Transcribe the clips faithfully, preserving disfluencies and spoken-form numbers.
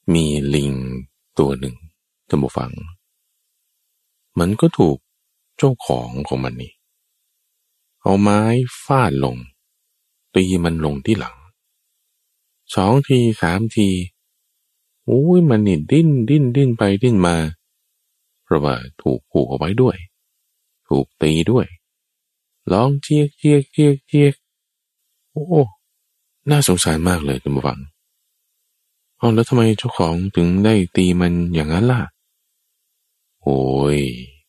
มีลิงตัวหนึ่งท่านผู้ฟังมันก็ถูกเจ้าของของมันนี่เอาไม้ฟาดลงตีมันลงที่หลังสองทีสามทีโอ้ยมันนี่ดิ้นดิ้นดิ้นไปดิ้นมาเพราะว่าถูกผูกเอาไว้ด้วยถูกตีด้วยร้องเจี๊ยกเจี๊ยกเจี๊ยกเจี๊ยกโอ้น่าสงสารมากเลยท่านผู้ฟังเอาแล้วทำไมเจ้าของถึงได้ตีมันอย่างนั้นล่ะโอ้ย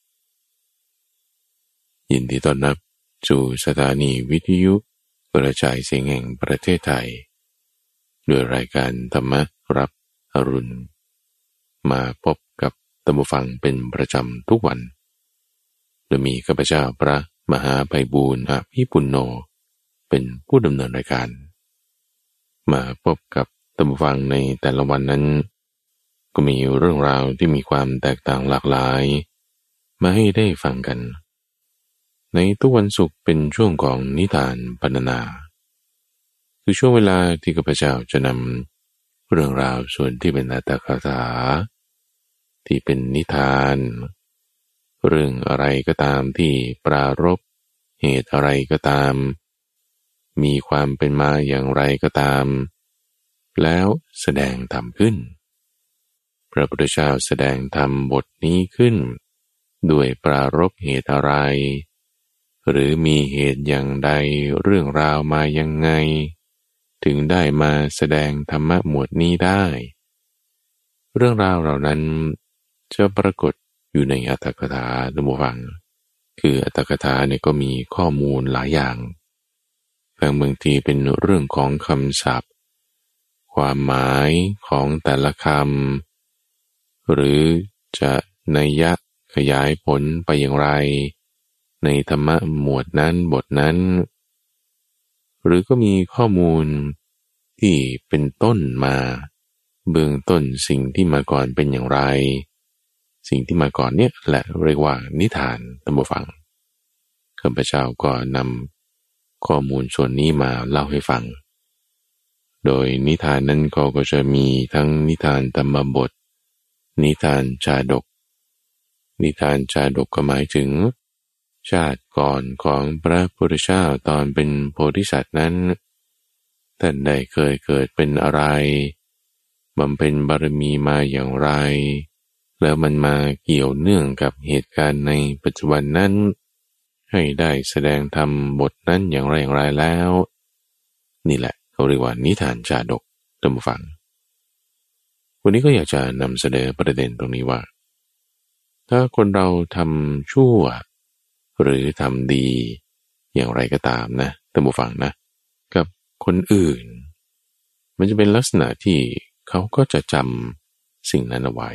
ยินดีต้อนรับสู่สถานีวิทยุกระจายเสียงแห่งประเทศไทยด้วยรายการธรรมรับอรุณมาพบกับท่านผู้ฟังเป็นประจำทุกวันโดยมีข้าพเจ้าพระมหาไพบูลย์อภิปุณโญเป็นผู้ดำเนินรายการมาพบกับท่านผู้ฟังในแต่ละวันนั้นก็มีเรื่องราวที่มีความแตกต่างหลากหลายมาให้ได้ฟังกันในทุกวันศุกร์เป็นช่วงของนิทานพรรณนาคือช่วงเวลาที่ข้าพเจ้าจะนำเรื่องราวส่วนที่เป็นอัตถกถาที่เป็นนิทานเรื่องอะไรก็ตามที่ปรารภเหตุอะไรก็ตามมีความเป็นมาอย่างไรก็ตามแล้วแสดงธรรมขึ้นพระพุทธเจ้าแสดงธรรมบทนี้ขึ้นด้วยปรารภเหตุอะไรหรือมีเหตุอย่างใดเรื่องราวมายังไงถึงได้มาแสดงธรรมะหมวดนี้ได้เรื่องราวเหล่านั้นจะปรากฏอยู่ในอัตถกถาท่านผู้ฟังคืออัตถกถาเนี่ยก็มีข้อมูลหลายอย่างบางทีเป็นเรื่องของคำศัพท์ความหมายของแต่ละคำหรือจะนัยยะขยายผลไปอย่างไรในธรรมะหมวดนั้นบทนั้นหรือก็มีข้อมูลที่เป็นต้นมาเบื้องต้นสิ่งที่มาก่อนเป็นอย่างไรสิ่งที่มาก่อนเนี่ยแหละเรียกว่านิทานท่านผู้ฟังข้าพเจ้าก็นำข้อมูลส่วนนี้มาเล่าให้ฟังโดยนิทานนั้นก็ก็จะมีทั้งนิทานธรรมบทนิทานชาดกนิทานชาดกก็หมายถึงชาติก่อนของพระพุทธเจ้าตอนเป็นโพธิสัตว์นั้นท่านได้เคยเกิดเป็นอะไรบำเพ็ญบารมีมาอย่างไรแล้วมันมาเกี่ยวเนื่องกับเหตุการณ์ในปัจจุบันนั้นให้ได้แสดงธรรมบทนั้นอย่างไรอย่างไรแล้วนี่แหละเขาเรียกว่านิทานชาดกท่านผู้ฟังวันนี้ก็อยากจะนำเสนอประเด็นตรงนี้ว่าถ้าคนเราทำชั่วหรือทำดีอย่างไรก็ตามนะท่านผู้ฟังนะกับคนอื่นมันจะเป็นลักษณะที่เขาก็จะจำสิ่งนั้นเอาไว้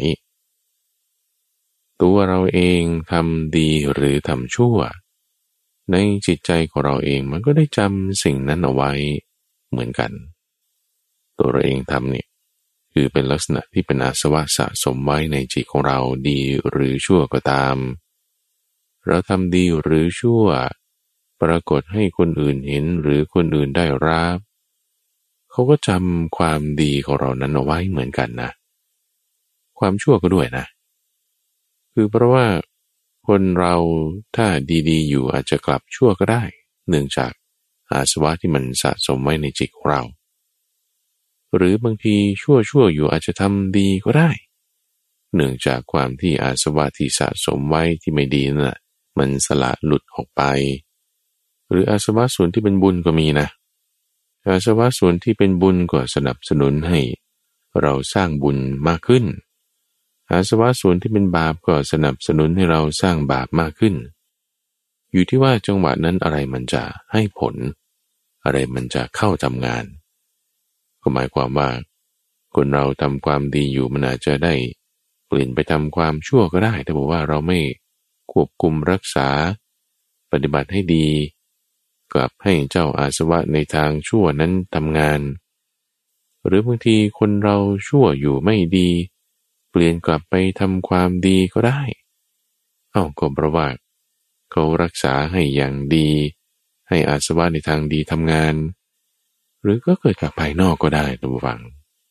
ตัวเราเองทำดีหรือทำชั่วในจิตใจของเราเองมันก็ได้จำสิ่งนั้นเอาไว้เหมือนกันตัวเราเองทำเนี่ยคือเป็นลักษณะที่เป็นอาสวะสะสมไว้ในจิตของเราดีหรือชั่วก็ตามเราทำดีหรือชั่วปรากฏให้คนอื่นเห็นหรือคนอื่นได้รับเขาก็จำความดีของเรานั้นเอาไว้เหมือนกันนะความชั่วก็ด้วยนะคือเพราะว่าคนเราถ้าดีๆอยู่อาจจะกลับชั่วก็ได้เนื่องจากอาสวะที่มันสะสมไว้ในจิตของเราหรือบางทีชั่วชั่วอยู่อาจจะทำดีก็ได้เนื่องจากความที่อาสวะที่สะสมไว้ที่ไม่ดีนั่นแหละมันสละหลุดออกไปหรืออาสวะส่วนที่เป็นบุญก็มีนะอาสวะส่วนที่เป็นบุญก็สนับสนุนให้เราสร้างบุญมากขึ้นอาสวะส่วนที่เป็นบาปก็สนับสนุนให้เราสร้างบาปมากขึ้นอยู่ที่ว่าจังหวะนั้นอะไรมันจะให้ผลอะไรมันจะเข้าทำงานก็หมายความว่าคนเราทำความดีอยู่มันอาจจะได้เปลี่ยนไปทำความชั่วก็ได้แต่บอกว่าเราไม่ควบคุมรักษาปฏิบัติให้ดีกลับให้เจ้าอาสวะในทางชั่วนั้นทำงานหรือบางทีคนเราชั่วอยู่ไม่ดีเปลี่ยนกลับไปทำความดีก็ได้เอ้าก็เพราะว่าเขารักษาให้อย่างดีให้อาสวะในทางดีทำงานหรือก็เกิดจากภายนอกก็ได้ท่านผู้ฟัง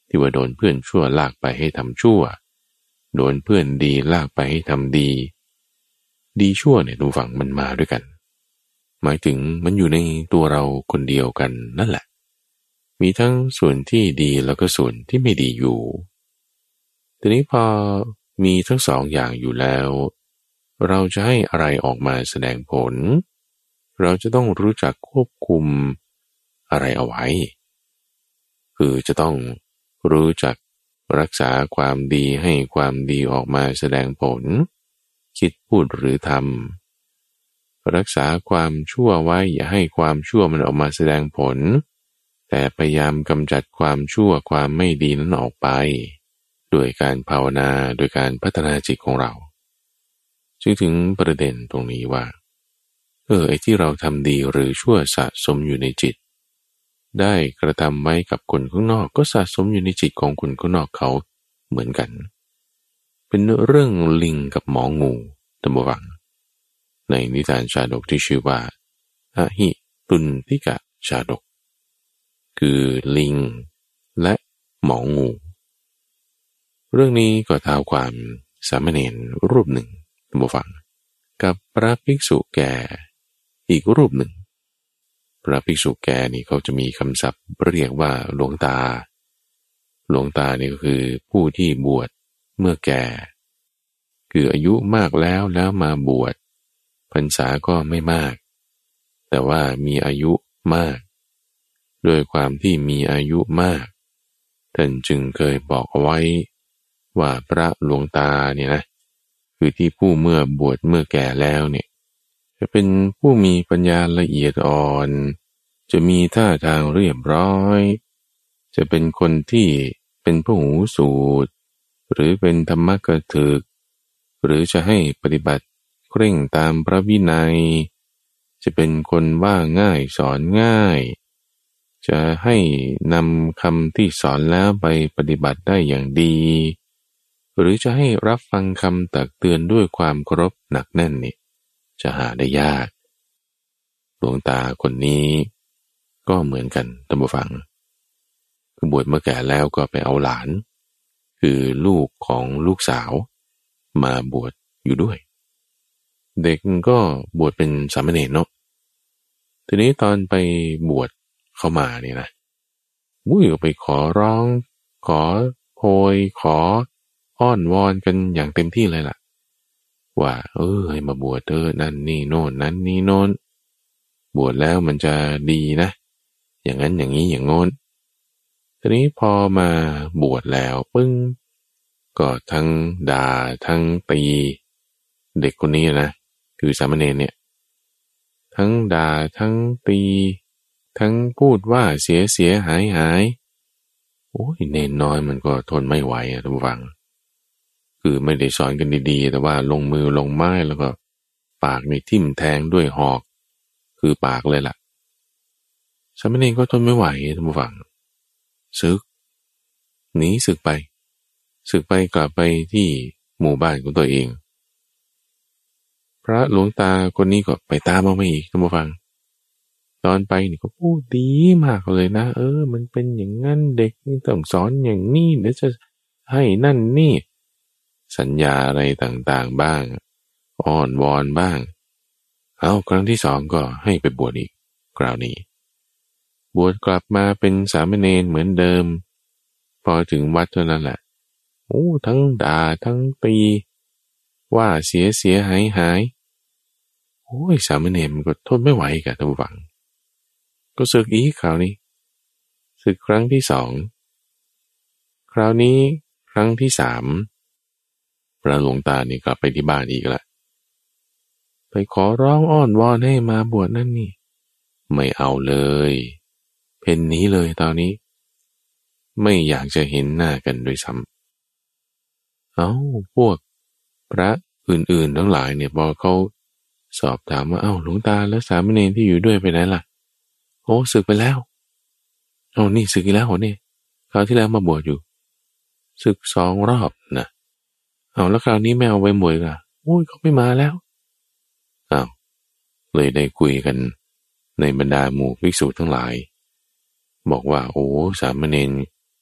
ที่ว่าโดนเพื่อนชั่วลากไปให้ทำชั่วโดนเพื่อนดีลากไปให้ทำดีดีชั่วเนี่ยดูฝั่งมันมาด้วยกันหมายถึงมันอยู่ในตัวเราคนเดียวกันนั่นแหละมีทั้งส่วนที่ดีแล้วก็ส่วนที่ไม่ดีอยู่ทีนี้พอมีทั้งสองอย่างอยู่แล้วเราจะให้อะไรออกมาแสดงผลเราจะต้องรู้จักควบคุมอะไรเอาไว้คือจะต้องรู้จักรักษาความดีให้ความดีออกมาแสดงผลคิดพูดหรือทำรักษาความชั่วไว้อย่าให้ความชั่วมันออกมาแสดงผลแต่พยายามกำจัดความชั่วความไม่ดีนั้นออกไปโดยการภาวนาโดยการพัฒนาจิตของเราจึงถึงประเด็นตรงนี้ว่าเออไอ้ที่เราทำดีหรือชั่วสะสมอยู่ในจิตได้กระทำไว้กับคนข้างนอกก็สะสมอยู่ในจิตของคนข้างนอกเขาเหมือนกันเป็นเรื่องลิงกับหมองูตัมบวังในนิทานชาดกที่ชื่อว่าอหิตุนทิกะชาดกคือลิงและหมองูเรื่องนี้ก็ท้าวความสามเณรรูปหนึ่งตัมบวังกับพระภิกษุแก่อีกรูปหนึ่งพระภิกษุแก่นี่เขาจะมีคำศัพท์เรียกว่าหลวงตาหลวงตานี่ก็คือผู้ที่บวชเมื่อแก่คืออายุมากแล้วแล้วมาบวชพรรษาก็ไม่มากแต่ว่ามีอายุมากโดยความที่มีอายุมากท่านจึงเคยบอกเอาไว้ว่าพระหลวงตาเนี่ยนะคือที่ผู้เมื่อบวชเมื่อแก่แล้วเนี่ยจะเป็นผู้มีปัญญาละเอียดอ่อนจะมีท่าทางเรียบร้อยจะเป็นคนที่เป็นผู้หูสูตรหรือเป็นธรรมกถึกหรือจะให้ปฏิบัติเคร่งตามพระวินัยจะเป็นคนว่าง่ายสอนง่ายจะให้นำคำที่สอนแล้วไปปฏิบัติได้อย่างดีหรือจะให้รับฟังคำตักเตือนด้วยความเคารพหนักแน่นนี่จะหาได้ยากหลวงตาคนนี้ก็เหมือนกันท่านผู้ฟังคือบวชเมื่อแก่แล้วก็ไปเอาหลานคือลูกของลูกสาวมาบวชอยู่ด้วยเด็กก็บวชเป็นสามเณรเนาะทีนี้ตอนไปบวชเข้ามาเนี่ยนะวุ้ยก็ไปขอร้องขอโพยขออ้อนวอนกันอย่างเต็มที่เลยล่ะว่าเออให้มาบวชเถอะนั่นนี่โน่นนั้นนี่โน่นบวชแล้วมันจะดีนะอย่างนั้นอย่างนี้อย่างโน้นทีนี้พอมาบวชแล้วปึ้งก็ทั้งด่าทั้งตีเด็กคนนี้นะคือสามเณรเนี่ยทั้งด่าทั้งตีทั้งพูดว่าเสียเสียหายหายโอ้ยเนนน้อยมันก็ทนไม่ไหวอะท่านผู้ฟังคือไม่ได้สอนกันดีๆแต่ว่าลงมือลงไม้แล้วก็ปากนี่ทิ่มแทงด้วยหอกคือปากเลยล่ะสามเณรก็ทนไม่ไหวท่านผู้ฟังสึกหนีสึกไปสึกไปกลับไปที่หมู่บ้านของตัวเองพระหลวงตาคนนี้ก็ไปตามมาไม่อีกท่านผู้ฟังตอนไปนี่ก็พูดดีมากเลยนะเออมันเป็นอย่างงั้นเด็กนี่ต้องสอนอย่างนี้เดี๋ยวจะให้นั่นนี่สัญญาอะไรต่างๆบ้างอ้อนวอนบ้างเอาครั้งที่สองก็ให้ไปบวชอีกคราวนี้บวชกลับมาเป็นสามเณรเหมือนเดิมพอถึงวัดเท่านั้นแหละโอ้ทั้งด่าทั้งตีว่าเสียเสียหายหายโอ้ยสามเณรมันก็ทนไม่ไหวกับท่านผู้ฟังก็สึกอีกคราวนี้สึกครั้งที่สองคราวนี้ครั้งที่สามพระหลวงตานี่กลับไปที่บ้านอีกละไปขอร้องอ้อนวอนให้มาบวชนั่นนี่ไม่เอาเลยเพ่นหนีเลยตอนนี้ไม่อยากจะเห็นหน้ากันด้วยซ้ำเอ้าพวกพระอื่นๆทั้งหลายเนี่ยพอเขาสอบถามว่าเอ้าหลวงตาแล้วสามเณรที่อยู่ด้วยไปไหนล่ะโอ้สึกไปแล้วเอ้านี่สึกอีกแล้วเหรอเนี่ยคราวที่แล้วมาบวชอยู่สึกสองรอบนะเอาแล้วคราวนี้ไม่เอาไปบวชอ่ะโอ้ยเขาไม่มาแล้วอ้าวเลยได้คุยกันในบรรดาหมู่ภิกษุทั้งหลายบอกว่าโอ้สามเณร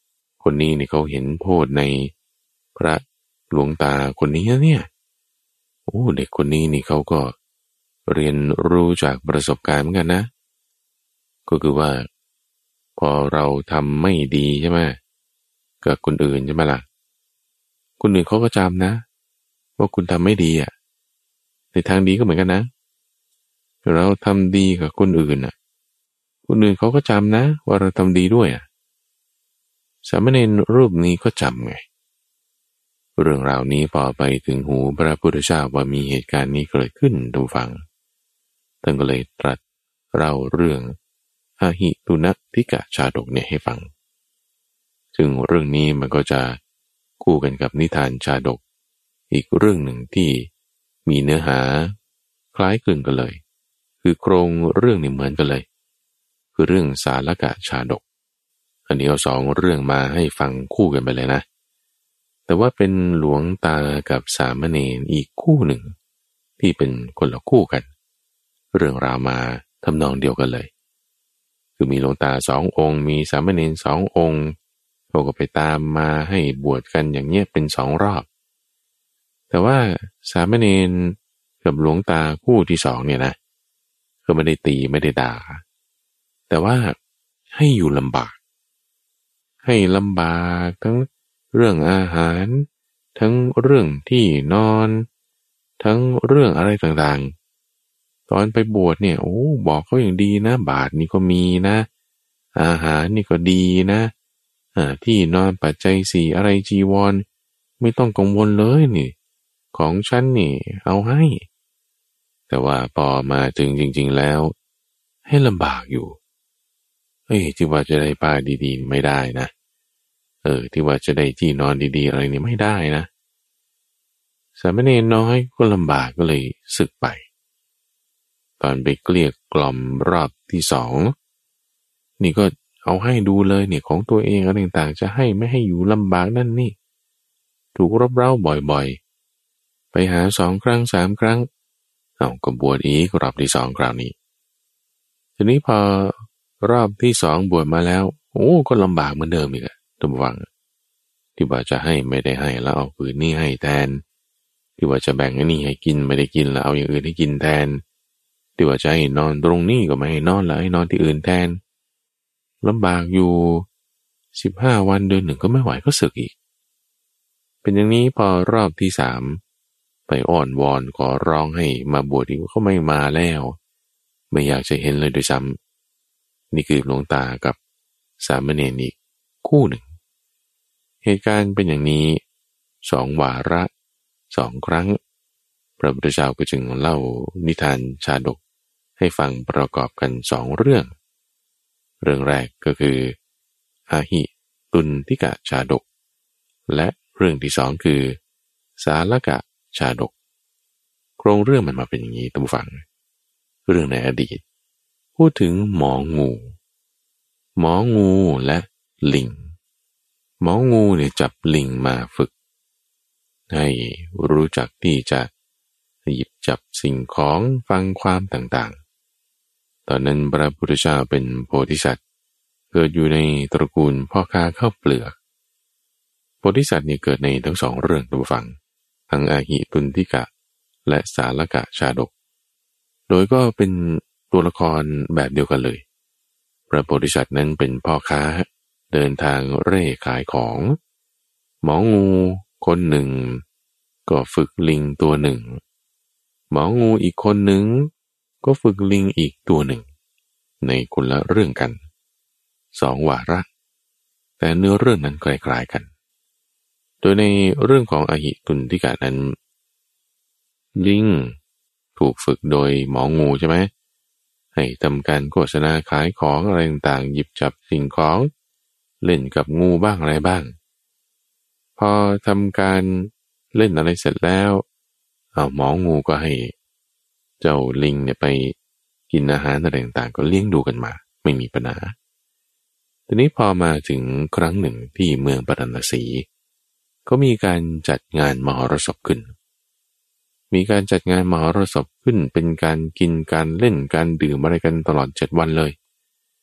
คนนี้นี่เขาเห็นโทษในพระหลวงตาคนนี้เนี่ยโอ้เด็กคนนี้นี่เขาก็เรียนรู้จากประสบการณ์เหมือนกันนะก็คือว่าพอเราทำไม่ดีใช่ไหมกับคนอื่นใช่ไหมล่ะคนอื่นเขาก็จำนะว่าคุณทำไม่ดีอ่ะในทางดีก็เหมือนกันนะเราทำดีกับคนอื่นอ่ะคนอื่นเขาก็จำนะว่าเราทำดีด้วยอ่ะสามเณรรูปนี้ก็จำไงเรื่องราวนี้พอไปถึงหูพระพุทธเจ้าว่ามีเหตุการณ์นี้เกิดขึ้นดูฟังท่านก็เลยตรัสเล่าเรื่องอาหิตุนทิกะชาดกเนี่ยให้ฟังซึ่งเรื่องนี้มันก็จะคู่กันกับนิทานชาดกอีกเรื่องหนึ่งที่มีเนื้อหาคล้ายคลึงกันเลยคือโครงเรื่องนี่เหมือนกันเลยคือเรื่องสาลกะชาดกอันนี้เอาสองเรื่องมาให้ฟังคู่กันไปเลยนะแต่ว่าเป็นหลวงตากับสามเณรอีกคู่หนึ่งที่เป็นคนละคู่กันเรื่องราวมาทำนองเดียวกันเลยคือมีหลวงตาสององค์มีสามเณรสององค์เขาก็ไปตามมาให้บวชกันอย่างเงี้ยเป็นสองรอบแต่ว่าสามเณรกับหลวงตาคู่ที่สองเนี่ยนะก็ไม่ได้ตีไม่ได้ด่าแต่ว่าให้อยู่ลำบากให้ลำบากทั้งเรื่องอาหารทั้งเรื่องที่นอนทั้งเรื่องอะไรต่างๆตอนไปบวชเนี่ยโอ้บอกเขาอย่างดีนะบาทนี่ก็มีนะอาหารนี่ก็ดีนะอ่าที่นอนปัจจัยสี่อะไรจีวรไม่ต้องกังวลเลยนี่ของฉันนี่เอาให้แต่ว่าพอมาถึงจริงๆแล้วให้ลำบากอยู่เอ้ยที่ว่าจะได้ผ้าดีๆไม่ได้นะเออที่ว่าจะได้ที่นอนดีๆอะไรนี่ไม่ได้นะสามเณรน้อยก็ลำบากก็เลยสึกไปตอนไปเกลี้ยกล่อมรอบที่สองนี่ก็เอาให้ดูเลยเนี่ยของตัวเองอะไรต่างๆจะให้ไม่ให้อยู่ลำบากนั่นนี่ถูกรบเร้าบ่อยๆไปหาสองครั้งสามครั้งเอาก็บวชอีกรอบที่สองคราวนี้ทีนี้พอรอบที่สองบวชมาแล้วโอ้ก็ลำบากเหมือนเดิมอีกอะทุกวังที่ว่าจะให้ไม่ได้ให้แล้วเอาปืนนี่ให้แทนที่ว่าจะแบ่งอันนี้ให้กินไม่ได้กินแล้วเอาอย่างอื่นให้กินแทนที่ว่าจะให้นอนตรงนี้ก็ไม่ให้นอนแล้วให้นอนที่อื่นแทนลำบากอยู่สิบห้าวันเดือนหนึ่งก็ไม่ไหวก็สึกอีกเป็นอย่างนี้พอรอบที่สามไปอ้อนวอนขอร้องให้มาบวชอีกก็ไม่มาแล้วไม่อยากจะเห็นเลยโดยซ้ำนี่คือหลวงตากับสามเณรอีกคู่หนึ่งเหตุการณ์เป็นอย่างนี้สองวาระสองครั้งพระพุทธเจ้าก็จึงเล่านิทานชาดกให้ฟังประกอบกันสองเรื่องเรื่องแรกก็คืออาหิตุนทิกะชาดกและเรื่องที่สองคือสาลกะชาดกโครงเรื่องมันมาเป็นอย่างนี้ท่านผู้ฟังเรื่องในอดีตพูดถึงหมองูหมองูและลิงหมองูเนี่ยจับลิงมาฝึกให้รู้จักที่จะหยิบจับสิ่งของฟังความต่างๆตอนนั้นพระพุทธเจ้าเป็นโพธิสัตว์เกิดอยู่ในตระกูลพ่อค้าข้าวเปลือกโพธิสัตว์นี่เกิดในทั้งสองเรื่องท่านผู้ฟังทั้งอาหิตุนทิกะและสาลกะชาดกโดยก็เป็นตัวละครแบบเดียวกันเลยพระโพธิสัตว์นั้นเป็นพ่อค้าเดินทางเร่ขายของหมองูคนหนึ่งก็ฝึกลิงตัวหนึ่งหมองูอีกคนหนึ่งก็ฝึกลิงอีกตัวหนึ่งในคนละเรื่องกันสองวาระแต่เนื้อเรื่องนั้นคล้ายๆกันโดยในเรื่องของอหิตุนทิกะนั้นลิงถูกฝึกโดยหมองูใช่ไหมให้ทำการโฆษณาขายของอะไรต่างๆหยิบจับสิ่งของเล่นกับงูบ้างอะไรบ้างพอทำการเล่นอะไรเสร็จแล้วเอาหมองูก็ให้เจ้าลิงเนี่ยไปกินอาหารอะไรต่างๆก็เลี้ยงดูกันมาไม่มีปัญหาทีนี้พอมาถึงครั้งหนึ่งที่เมืองปฐนสีก็มีการจัดงานมหรสพขึ้นมีการจัดงานมหรสพขึ้นเป็นการกินการเล่นการดื่มอะไรกันตลอดเจ็ดวันเลย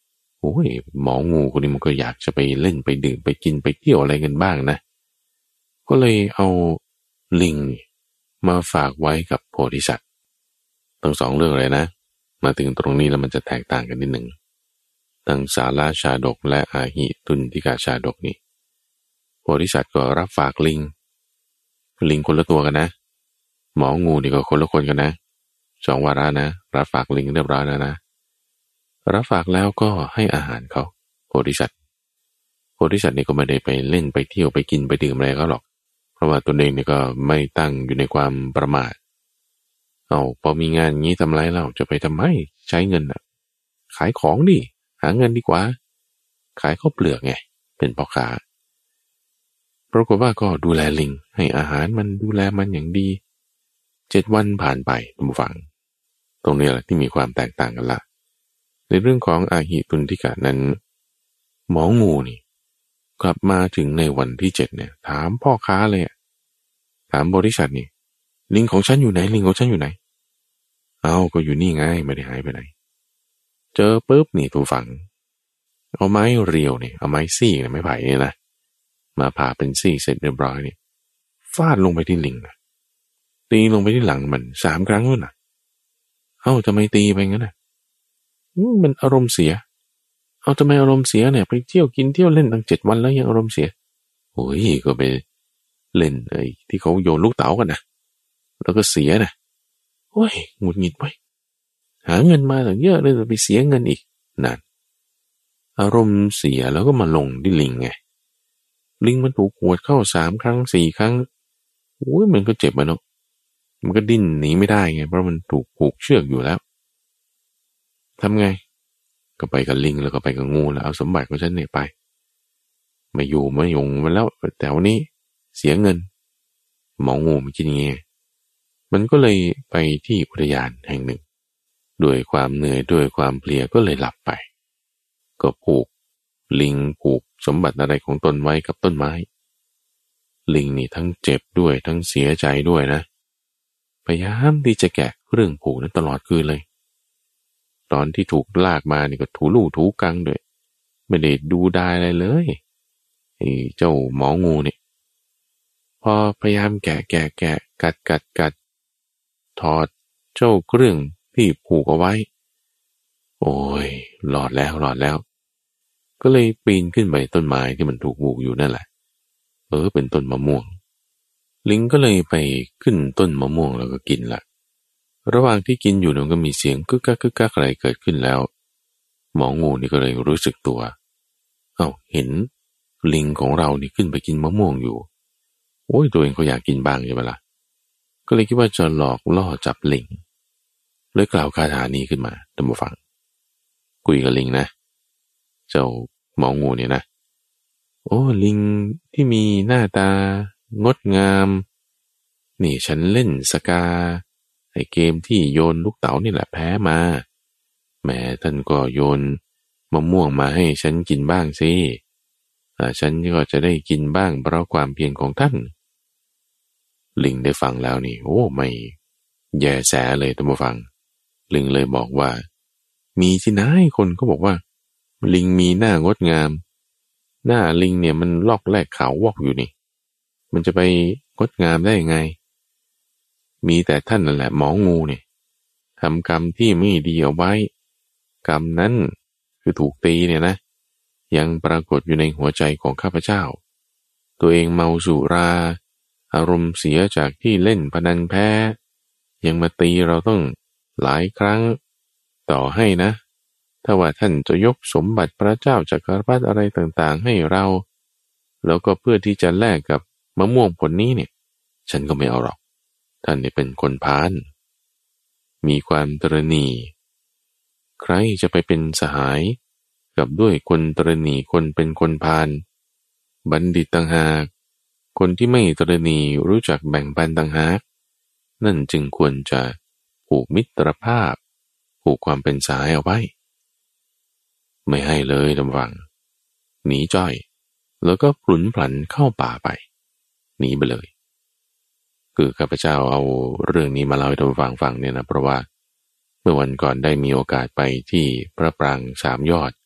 โอ้ยหมองูคนนี้มันก็อยากจะไปเล่นไปดื่มไปกินไปเที่ยวอะไรกันบ้างนะก็เลยเอาลิงมาฝากไว้กับโพธิสัตว์ทั้งสองเรื่องเลยนะมาถึงตรงนี้แล้วมันจะแตกต่างกันนิดหนึ่งทั้งสาราชาดกและอาหิตุนติกาชาดกนี่โพธิสัตว์ก็รับฝากลิงลิงคนละตัวกันนะหมองูนี่ก็คนละคนกันนะสองวาระนะรับฝากลิงเรียบร้อยแล้วนะรับฝากแล้วก็ให้อาหารเขาโพธิสัตว์โพธิสัตว์นี่ก็ไม่ได้ไปเล่นไปเที่ยวไปกินไปดื่มอะไรเขาหรอกเพราะว่าตัวเองนี่ก็ไม่ตั้งอยู่ในความประมาทเอาพอมีงานงี้ทำไรเราจะไปทำไมใช้เงินอ่ะขายของดิหาเงินดีกว่าขายข้าวเปลือกไงเป็นพ่อค้าปรากฏว่าก็ดูแลลิงให้อาหารมันดูแลมันอย่างดีเจ็ดวันผ่านไปท่านผู้ฟังตรงนี้แหละที่มีความแตกต่างกันละในเรื่องของอาหิตุนทิกะนั้นหมองูนี่กลับมาถึงในวันที่เจ็ดเนี่ยถามพ่อค้าเลยถามบริษัทนี่ลิงของฉันอยู่ไหนลิงของฉันอยู่ไหนเอาก็อยู่นี่ไงไม่ได้หายไปไหนเจอปุ๊บนี่ทุกฝั่งเอาไม้เรียวนี่เอาไม้ซี่เนี่ยไม้ไผ่เนี่ยนะมาผ่าเป็นซี่เสร็จเรียบร้อยนี่ฟาดลงไปที่ลิงตีลงไปที่หลังมันสามครั้งนู่นน่ะเอ้าทำไมตีไปงั้นน่ะมันอารมณ์เสียเอาทำไมอารมณ์เสียเนี่ยไปเที่ยวกินเที่ยวเล่นตั้งเจ็ดวันแล้วยังอารมณ์เสียโอ้ยก็ไปเล่นไอ้ที่เขาโยนลูกเต๋ากันนะแล้วก็เสียนะโอ้ยหงุดหงิดไว้หาเงินมาตั้งเยอะเลยจะไปเสียเงินอีกนั่นอารมณ์เสียแล้วก็มาลงที่ลิงไงลิงมันถูกหวดเข้าสามครั้งสี่ครั้งโอ้ยมันก็เจ็บมันเนาะมันก็ดิ้นหนีไม่ได้ไงเพราะมันถูกผูกเชือกอยู่แล้วทำไงก็ไปกับลิงแล้วก็ไปกับงูแล้วเอาสมบัติของฉันเนี่ยไปไม่อยู่ไม่ยงมาแล้วแต่วันนี้เสียเงินหมองูมันคิดอย่างงี้มันก็เลยไปที่อุทยานแห่งหนึ่งด้วยความเหนื่อยด้วยความเพลียก็เลยหลับไปก็ผูกลิงผูกสมบัติอะไรของตนไว้กับต้นไม้ลิงนี่ทั้งเจ็บด้วยทั้งเสียใจด้วยนะพยายามที่จะแกะเรื่องผูกนั้นตลอดคืนเลยตอนที่ถูกลากมานี่ก็ถูลู่ถูกังด้วยไม่ได้ดูได้อะไรเลยไอ้เจ้าหมองูเนี่ยพอพยายามแกะแกะแกะกัดกัดกัดถอดเจ้าเครื่องที่ผูกเอาไว้โอ้ยหลอดแล้วหลอดแล้วก็เลยปีนขึ้นไปต้นไม้ที่มันถูกผูกอยู่นั่นแหละเออเป็นต้นมะม่วงลิงก็เลยไปขึ้นต้นมะม่วงแล้วก็กินละระหว่างที่กินอยู่มันก็มีเสียงกึกกักกึกกักอะไรเกิดขึ้นแล้วหมองูนี่ก็เลยรู้สึกตัวเอ้าเห็นลิงของเรานี่ขึ้นไปกินมะม่วงอยู่โอ้ยตัวเองก็อยากกินบ้างใช่ไหมล่ะก็เลยคิดว่าจะหลอกล่อจับลิงเลยกล่าวคาถานี้ขึ้นมาท่านผู้ฟังคุยกับลิงนะเจ้าหมองูเนี่ยนะโอ้ลิงที่มีหน้าตางดงามนี่ฉันเล่นสกาไอเกมที่โยนลูกเต๋านี่แหละแพ้มาแม้ท่านก็โยนมะม่วงมาให้ฉันกินบ้างสิฉันก็จะได้กินบ้างเพราะความเพียรของท่านลิงได้ฟังแล้วนี่โอ้ไม่แย่แสเลยท่านผู้ฟังลิงเลยบอกว่ามีที่ไหนคนก็บอกว่าลิงมีหน้างดงามหน้าลิงเนี่ยมันลอกแลกขาววอกอยู่นี่มันจะไปงดงามได้ยังไงมีแต่ท่านนั่นแหละหมองูเนี่ยทำกรรมที่ไม่ดีเอาไว้กรรมนั้นคือถูกตีเนี่ยนะยังปรากฏอยู่ในหัวใจของข้าพเจ้าตัวเองเมาสุราอารมณ์เสียจากที่เล่นพนันแพ้ยังมาตีเราต้องหลายครั้งต่อให้นะถ้าว่าท่านจะยกสมบัติพระเจ้าจักรพรรดิอะไรต่างๆให้เราแล้วก็เพื่อที่จะแลกกับมะม่วงผลนี้เนี่ยฉันก็ไม่เอาหรอกท่านเนี่ยเป็นคนพาลมีความตระหนี่ใครจะไปเป็นสหายกับด้วยคนตระหนี่คนเป็นคนพาลบัณฑิตต่างหากคนที่ไม่ตระหนี่รู้จักแบ่งปันต่างหากนั่นจึงควรจะผูกมิตรภาพผูกความเป็นสหายเอาไว้ไม่ให้เลยลำวังหนีจ้อยแล้วก็พลุนพลันเข้าป่าไปหนีไปเลยคือข้าพเจ้าเอาเรื่องนี้มาเล่าให้ท่านฟังฟังเนี่ยนะเพราะว่าเมื่อวันก่อนได้มีโอกาสไปที่พระปรางสามยอด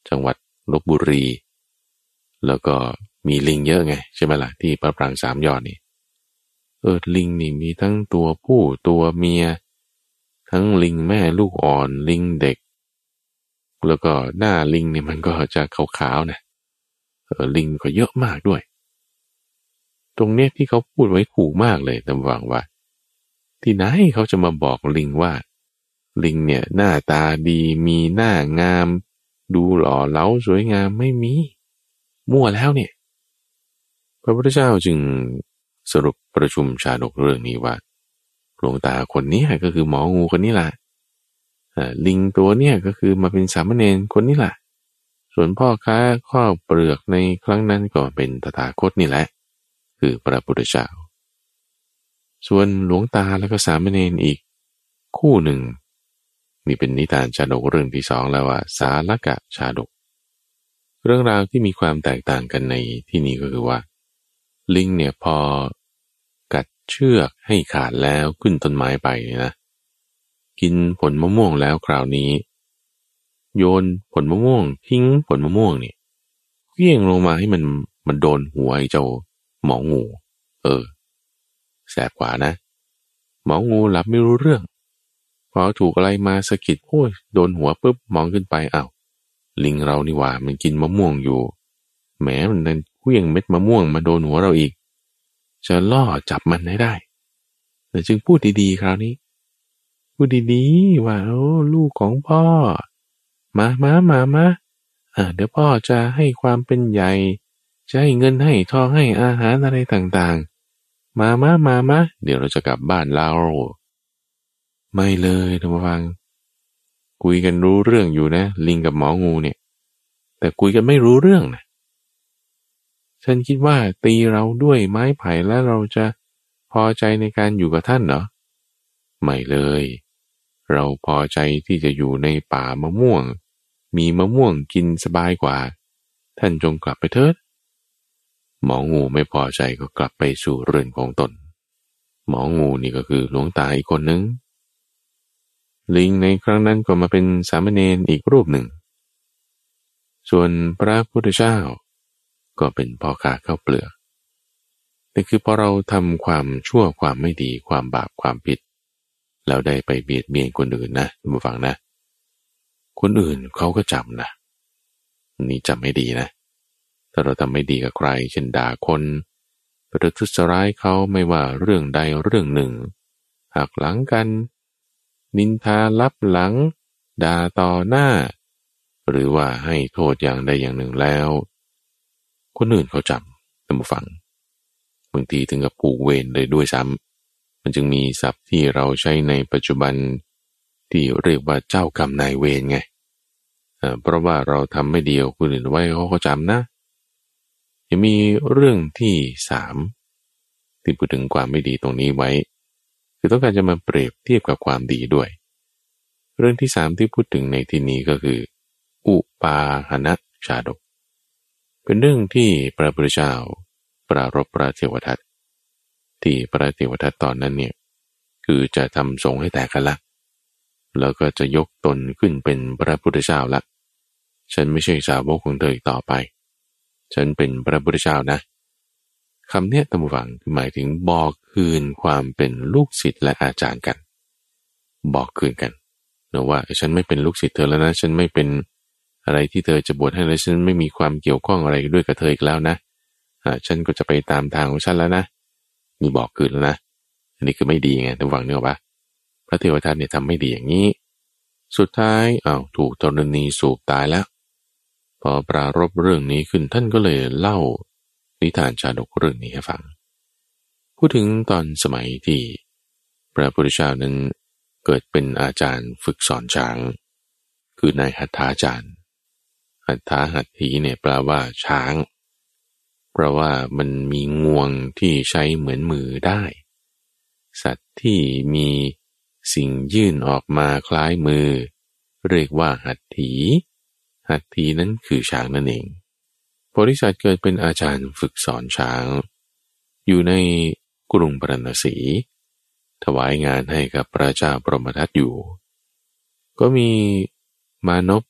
จังหวัดลพบุรีแล้วก็มีลิงเยอะไงใช่ไหมล่ะที่พระปรางสามยอดนี่เออลิงนี่มีทั้งตัวผู้ตัวเมียทั้งลิงแม่ลูกอ่อนลิงเด็กแล้วก็หน้าลิงนี่มันก็จะขาวๆนะเออลิงก็เยอะมากด้วยตรงเนี้ยที่เขาพูดไว้ถูกมากเลยแต่หวังว่าที่ไหนเขาจะมาบอกลิงว่าลิงเนี่ยหน้าตาดีมีหน้างามดูหล่อเหลาสวยงามไม่มีมั่วแล้วเนี่ยพระพุทธเจ้าจึงสรุปประชุมชาดกเรื่องนี้ว่าหลวงตาคนนี้ก็คือหมองูคนนี้แหละลิงตัวเนี่ยก็คือมาเป็นสามเณรคนนี้แหละส่วนพ่อค้าข้าวเปลือกในครั้งนั้นก็เป็นตถาคตนี่แหละคือพระพุทธเจ้าส่วนหลวงตาแล้วก็สามเณรอีกคู่หนึ่งนี่เป็นนิทานชาดกเรื่องที่สองแล้วว่าสาลกะชาดกเรื่องราวที่มีความแตกต่างกันในที่นี้ก็คือว่าลิงเนี่ยพอกัดเชือกให้ขาดแล้วขึ้นต้นไม้ไปเนี่ยนะกินผลมะม่วงแล้วคราวนี้โยนผลมะม่วงทิ้งผลมะม่วงนี่เกี้ยงลงมาให้มันมันโดนหัวไอ้เจ้าหมองูเออแสบกว่านะหมองูหลับไม่รู้เรื่องพอถูกอะไรมาสะกิดโอ้ยโดนหัวปุ๊บมองขึ้นไปอ้าวลิงเรานี่หว่ามันกินมะม่วงอยู่แหมมันดันเกี้ยงเม็ดมะม่วงมาโดนหัวเราอีกจะล่อจับมันให้ได้แต่จึงพูดดีๆคราวนี้พูดดีๆว่าโอ้ลูกของพ่อมามามามาอ่าเดี๋ยวพ่อจะให้ความเป็นใหญ่จะให้เงินให้ทองให้อาหารอะไรต่างๆมามามามาเดี๋ยวเราจะกลับบ้านเราไม่เลยท่านผู้ฟังคุยกันรู้เรื่องอยู่นะลิงกับหมองูเนี่ยแต่คุยกันไม่รู้เรื่องนะฉันคิดว่าตีเราด้วยไม้ไผ่แล้วเราจะพอใจในการอยู่กับท่านเหรอไม่เลยเราพอใจที่จะอยู่ในป่ามะม่วงมีมะม่วงกินสบายกว่าท่านจงกลับไปเถิดหมองูไม่พอใจก็กลับไปสู่เรือนของตนหมองูนี่ก็คือหลวงตาอีกคนนึงลิงในครั้งนั้นก็มาเป็นสามเณรอีกรูปหนึ่งส่วนพระพุทธเจ้าก็เป็นพ่อค้าข้าวเปลือกแต่คือพอเราทำความชั่วความไม่ดีความบาปความผิดแล้วได้ไปเบียดเบียนคนอื่นนะท่านผู้ฟังนะคนอื่นเขาก็จำนะนี่จำให้ดีนะถ้าเราทำไม่ดีกับใครเช่นด่าคนประทุษร้ายเขาไม่ว่าเรื่องใดเรื่องหนึ่งหักหลังกันนินทาลับหลังด่าต่อหน้าหรือว่าให้โทษอย่างใดอย่างหนึ่งแล้วคนอื่นเขาจำท่านผู้ฟังบางทีถึงกับผูกเวรเลยด้วยซ้ำมันจึงมีศัพท์ที่เราใช้ในปัจจุบันที่เรียกว่าเจ้ากรรมนายเวรไงเพราะว่าเราทำไม่ดีกับคนอื่นไว้เขาก็จำนะยังมีเรื่องที่สามที่พูดถึงความไม่ดีตรงนี้ไว้คือต้องการจะมาเปรียบเทียบกับความดีด้วยเรื่องที่สามที่พูดถึงในที่นี้ก็คืออุปาหณชาดกเป็นเรื่องที่พระพุทธเจ้าปรารภพระเทวทัตที่พระเทวทัตตอนนั้นเนี่ยคือจะทำสงฆ์ให้แตกกันละแล้วก็จะยกตนขึ้นเป็นพระพุทธเจ้าละฉันไม่ใช่สาวกของเธออีกต่อไปฉันเป็นพระพุทธเจ้านะคำเนี้ยท่านผู้ฟังคือหมายถึงบอกคืนความเป็นลูกศิษย์และอาจารย์กันบอกคืนกันนะว่าฉันไม่เป็นลูกศิษย์เธอแล้วนะฉันไม่เป็นอะไรที่เธอจะบวชให้แล้วฉันไม่มีความเกี่ยวข้องอะไรด้วยกับเธออีกแล้วนะอ่าฉันก็จะไปตามทางของฉันแล้วนะนี่บอกคืนแล้วนะอันนี้คือไม่ดีไงท่านฟังเนอะปะพระเทวทัตเนี่ยทำไม่ดีอย่างนี้สุดท้ายอ้าวถูกธรณีสูบตายแล้วพอปรารภเรื่องนี้ขึ้นท่านก็เลยเล่านิทานชาดกเรื่องนี้ให้ฟังพูดถึงตอนสมัยที่พระพุทธเจ้านั้นเกิดเป็นอาจารย์ฝึกสอนช้างคือนายหัตถาจารย์หัตถาหัตถีเนี่ยแปลว่าช้างเพราะว่ามันมีงวงที่ใช้เหมือนมือได้สัตว์ที่มีสิ่งยื่นออกมาคล้ายมือเรียกว่าหัตถีหัตถีนั้นคือช้างนั่นเองโพธิสัตว์เกิดเป็นอาจารย์ฝึกสอนช้างอยู่ในกรุงพาราณสีถวายงานให้กับพระเจ้าพรหมทัตอยู่ก็มีมานพ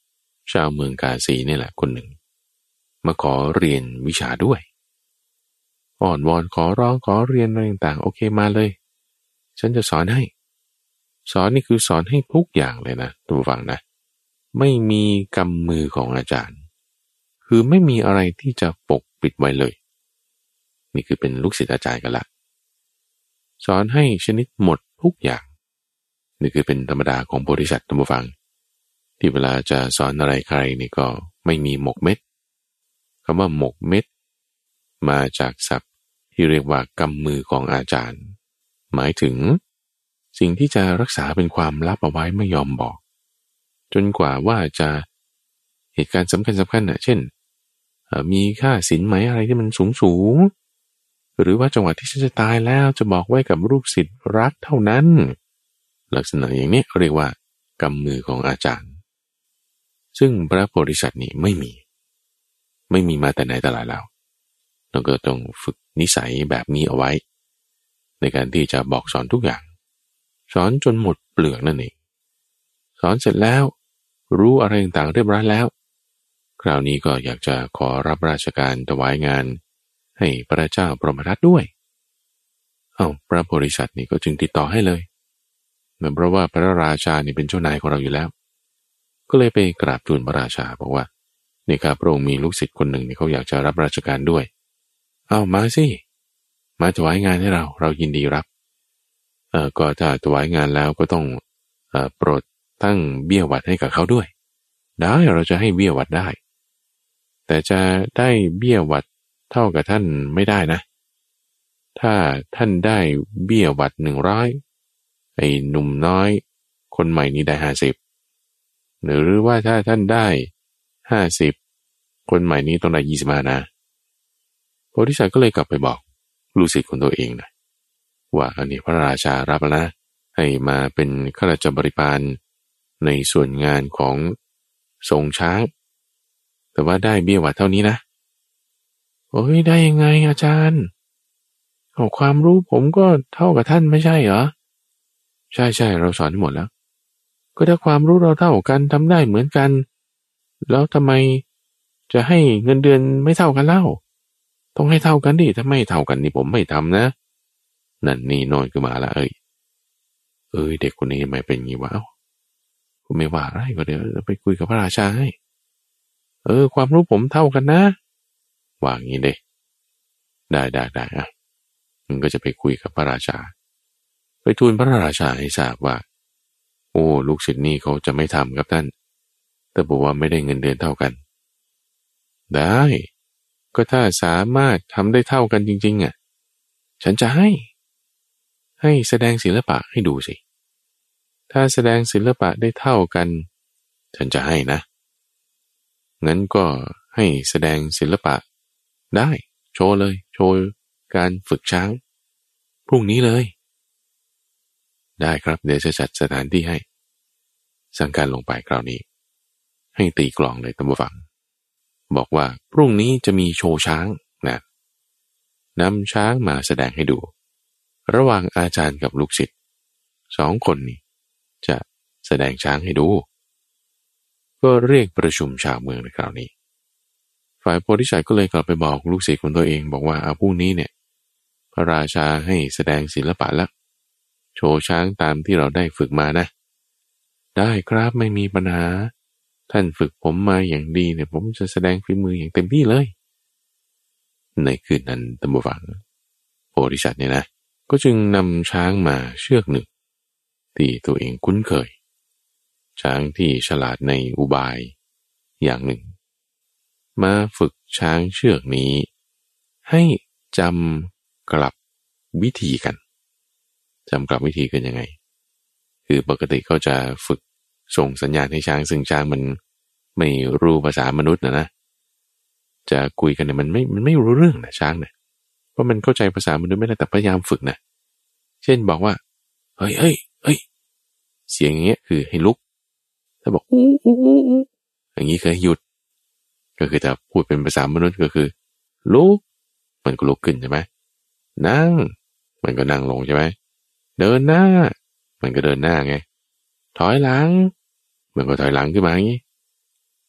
ชาวเมืองกาสีนี่แหละคนหนึ่งมาขอเรียนวิชาด้วยอ้อนวอนขอร้องขอเรียนอะไรต่างๆโอเคมาเลยฉันจะสอนให้สอนนี่คือสอนให้ทุกอย่างเลยนะทุกฝั่งนะไม่มีกำมือของอาจารย์คือไม่มีอะไรที่จะปกปิดไว้เลยนี่คือเป็นลูกศิษย์อาจารย์กันละสอนให้ชนิดหมดทุกอย่างนี่คือเป็นธรรมดาของโพธิสัตว์ทุกฝั่งที่เวลาจะสอนอะไรใครนี่ก็ไม่มีหมกเม็ดคำว่าหมกเม็ดมาจากศัพท์ที่เรียกว่ากำมือของอาจารย์หมายถึงสิ่งที่จะรักษาเป็นความลับเอาไว้ไม่ยอมบอกจนกว่าว่าจะเหตุการณ์สำคัญสำคัญน่ะเช่นมีค่าสินไหมอะไรที่มันสูงสูงหรือว่าจังหวะที่ฉันจะตายแล้วจะบอกไว้กับลูกศิษย์รักเท่านั้นลักษณะอย่างนี้เขาเรียกว่ากำมือของอาจารย์ซึ่งพระโพธิสัตว์นี่ไม่มีไม่มีมาแต่ไหนแต่ไรแล้วเราก็ต้องฝึกนิสัยแบบนี้เอาไว้ในการที่จะบอกสอนทุกอย่างสอนจนหมดเปลือกนั่นเองสอนเสร็จแล้วรู้อะไรต่างๆเรียบร้อยแล้วคราวนี้ก็อยากจะขอรับราชการถวายงานให้พระเจ้าพรหมทัตด้วยเอ้าพระโพธิสัตว์นี่ก็จึงติดต่อให้เลยเพราะว่าพระราชานี่เป็นเจ้านายของเราอยู่แล้วก็เลยไปกราบทูลพระราชาบอกว่านี่ครับพระองค์มีลูกศิษย์คนหนึ่งนี่เขาอยากจะรับราชการด้วยเอามาสิมาถวายงานให้เราเรายินดีรับเอ่อก็ถ้าถวายงานแล้วก็ต้องเอ่อโปรดตั้งเบี้ยหวัดให้กับเขาด้วยได้เราจะให้เบี้ยหวัดได้แต่จะได้เบี้ยหวัดเท่ากับท่านไม่ได้นะถ้าท่านได้เบี้ยหวัดหนึ่งร้อยไอ้หนุ่มน้อยคนใหม่นี้ได้ห้าสิบหรือว่าถ้าท่านได้ห้าสิบคนใหม่นี้ต้องได้ยี่สิบห้านะโพธิสัตว์ก็เลยกลับไปบอกลูกศิษย์ของตัวเองนะว่าอันนี้พระราชารับแล้วนะให้มาเป็นข้าราชบริพารในส่วนงานของทรงช้างแต่ว่าได้เบี้ยหวัดเท่านี้นะโอ้ยได้ยังไงอาจารย์เอาความรู้ผมก็เท่ากับท่านไม่ใช่เหรอใช่ใช่เราสอนหมดแล้วก็ถ้าความรู้เราเท่ากันทำได้เหมือนกันแล้วทำไมจะให้เงินเดือนไม่เท่ากันเล่าต้องให้เท่ากันดิถ้าไม่เท่ากันนี่ผมไม่ทำนะนั่นนี่นอนขึ้นมาละเอ้ยเอ้ยเด็กคนนี้ทำไมเป็นงี้วะกูไม่ว่าอะไรก็เดี๋ยวไปคุยกับพระราชาให้เออความรู้ผมเท่ากันนะว่างี้เด้ได้ได้ได้อ่ะมันก็จะไปคุยกับพระราชาไปทูลพระราชาให้ทราบว่าโอ้ลูกศิษย์นี่เขาจะไม่ทำครับท่านแต่บอกว่าไม่ได้เงินเดือนเท่ากันได้ก็ถ้าสามารถทำได้เท่ากันจริงๆอ่ะฉันจะให้ให้แสดงศิลปะให้ดูสิถ้าแสดงศิลปะได้เท่ากันฉันจะให้นะงั้นก็ให้แสดงศิลปะได้โชว์เลยโชว์การฝึกช้างพรุ่งนี้เลยได้ครับเดี๋ยวจะจัดสถานที่ให้สั่งการลงไปคราวนี้ให้ตีกลองเลยตามฟังบอกว่าพรุ่งนี้จะมีโชว์ช้างนะนำช้างมาแสดงให้ดูระหว่างอาจารย์กับลูกศิษย์สองคนนี้จะแสดงช้างให้ดูก็เรียกประชุมชาวเมืองในคราวนี้ฝ่ายโพธิสัตว์ก็เลยกลับไปบอกลูกศิษย์ของตัวเองบอกว่าเอาพรุ่งนี้เนี่ยพระราชาให้แสดงศิลปะแล้วโชว์ช้างตามที่เราได้ฝึกมานะได้ครับไม่มีปัญหาท่านฝึกผมมาอย่างดีเนี่ยผมจะแสดงฝีมืออย่างเต็มที่เลยในคืนนั้นตามฟังโพธิสัตว์เนี่ยนะก็จึงนำช้างมาเชือกหนึ่งที่ตัวเองคุ้นเคยช้างที่ฉลาดในอุบายอย่างหนึ่งมาฝึกช้างเชือกนี้ให้จำกลับวิธีกันจำกลับวิธีกันยังไงคือปกติเขาจะฝึกส่งสัญญาณให้ช้างซึ่งช้างมันไม่รู้ภาษามนุษย์นะนะจะคุยกันเนี่ยมันไม่มันไม่รู้เรื่องนะช้างเนี่ยเพราะมันเข้าใจภาษามนุษย์ไม่ได้แต่พยายามฝึกนะเช่นบอกว่าเฮ้ยเฮ้ยเฮ้ยเสียงอย่างเงี้ยคือให้ลุกถ้าบอกอู้อู้อู้อย่างนี้คือให้หยุดก็คือถ้าพูดเป็นภาษามนุษย์ก็คือลุกมันก็ลุกขึ้นใช่ไหมนั่งมันก็นั่งลงใช่ไหมเดินหน้ามันก็เดินหน้าไงถอยหลังมันก็ถอยหลังขึ้นมาอย่างนี้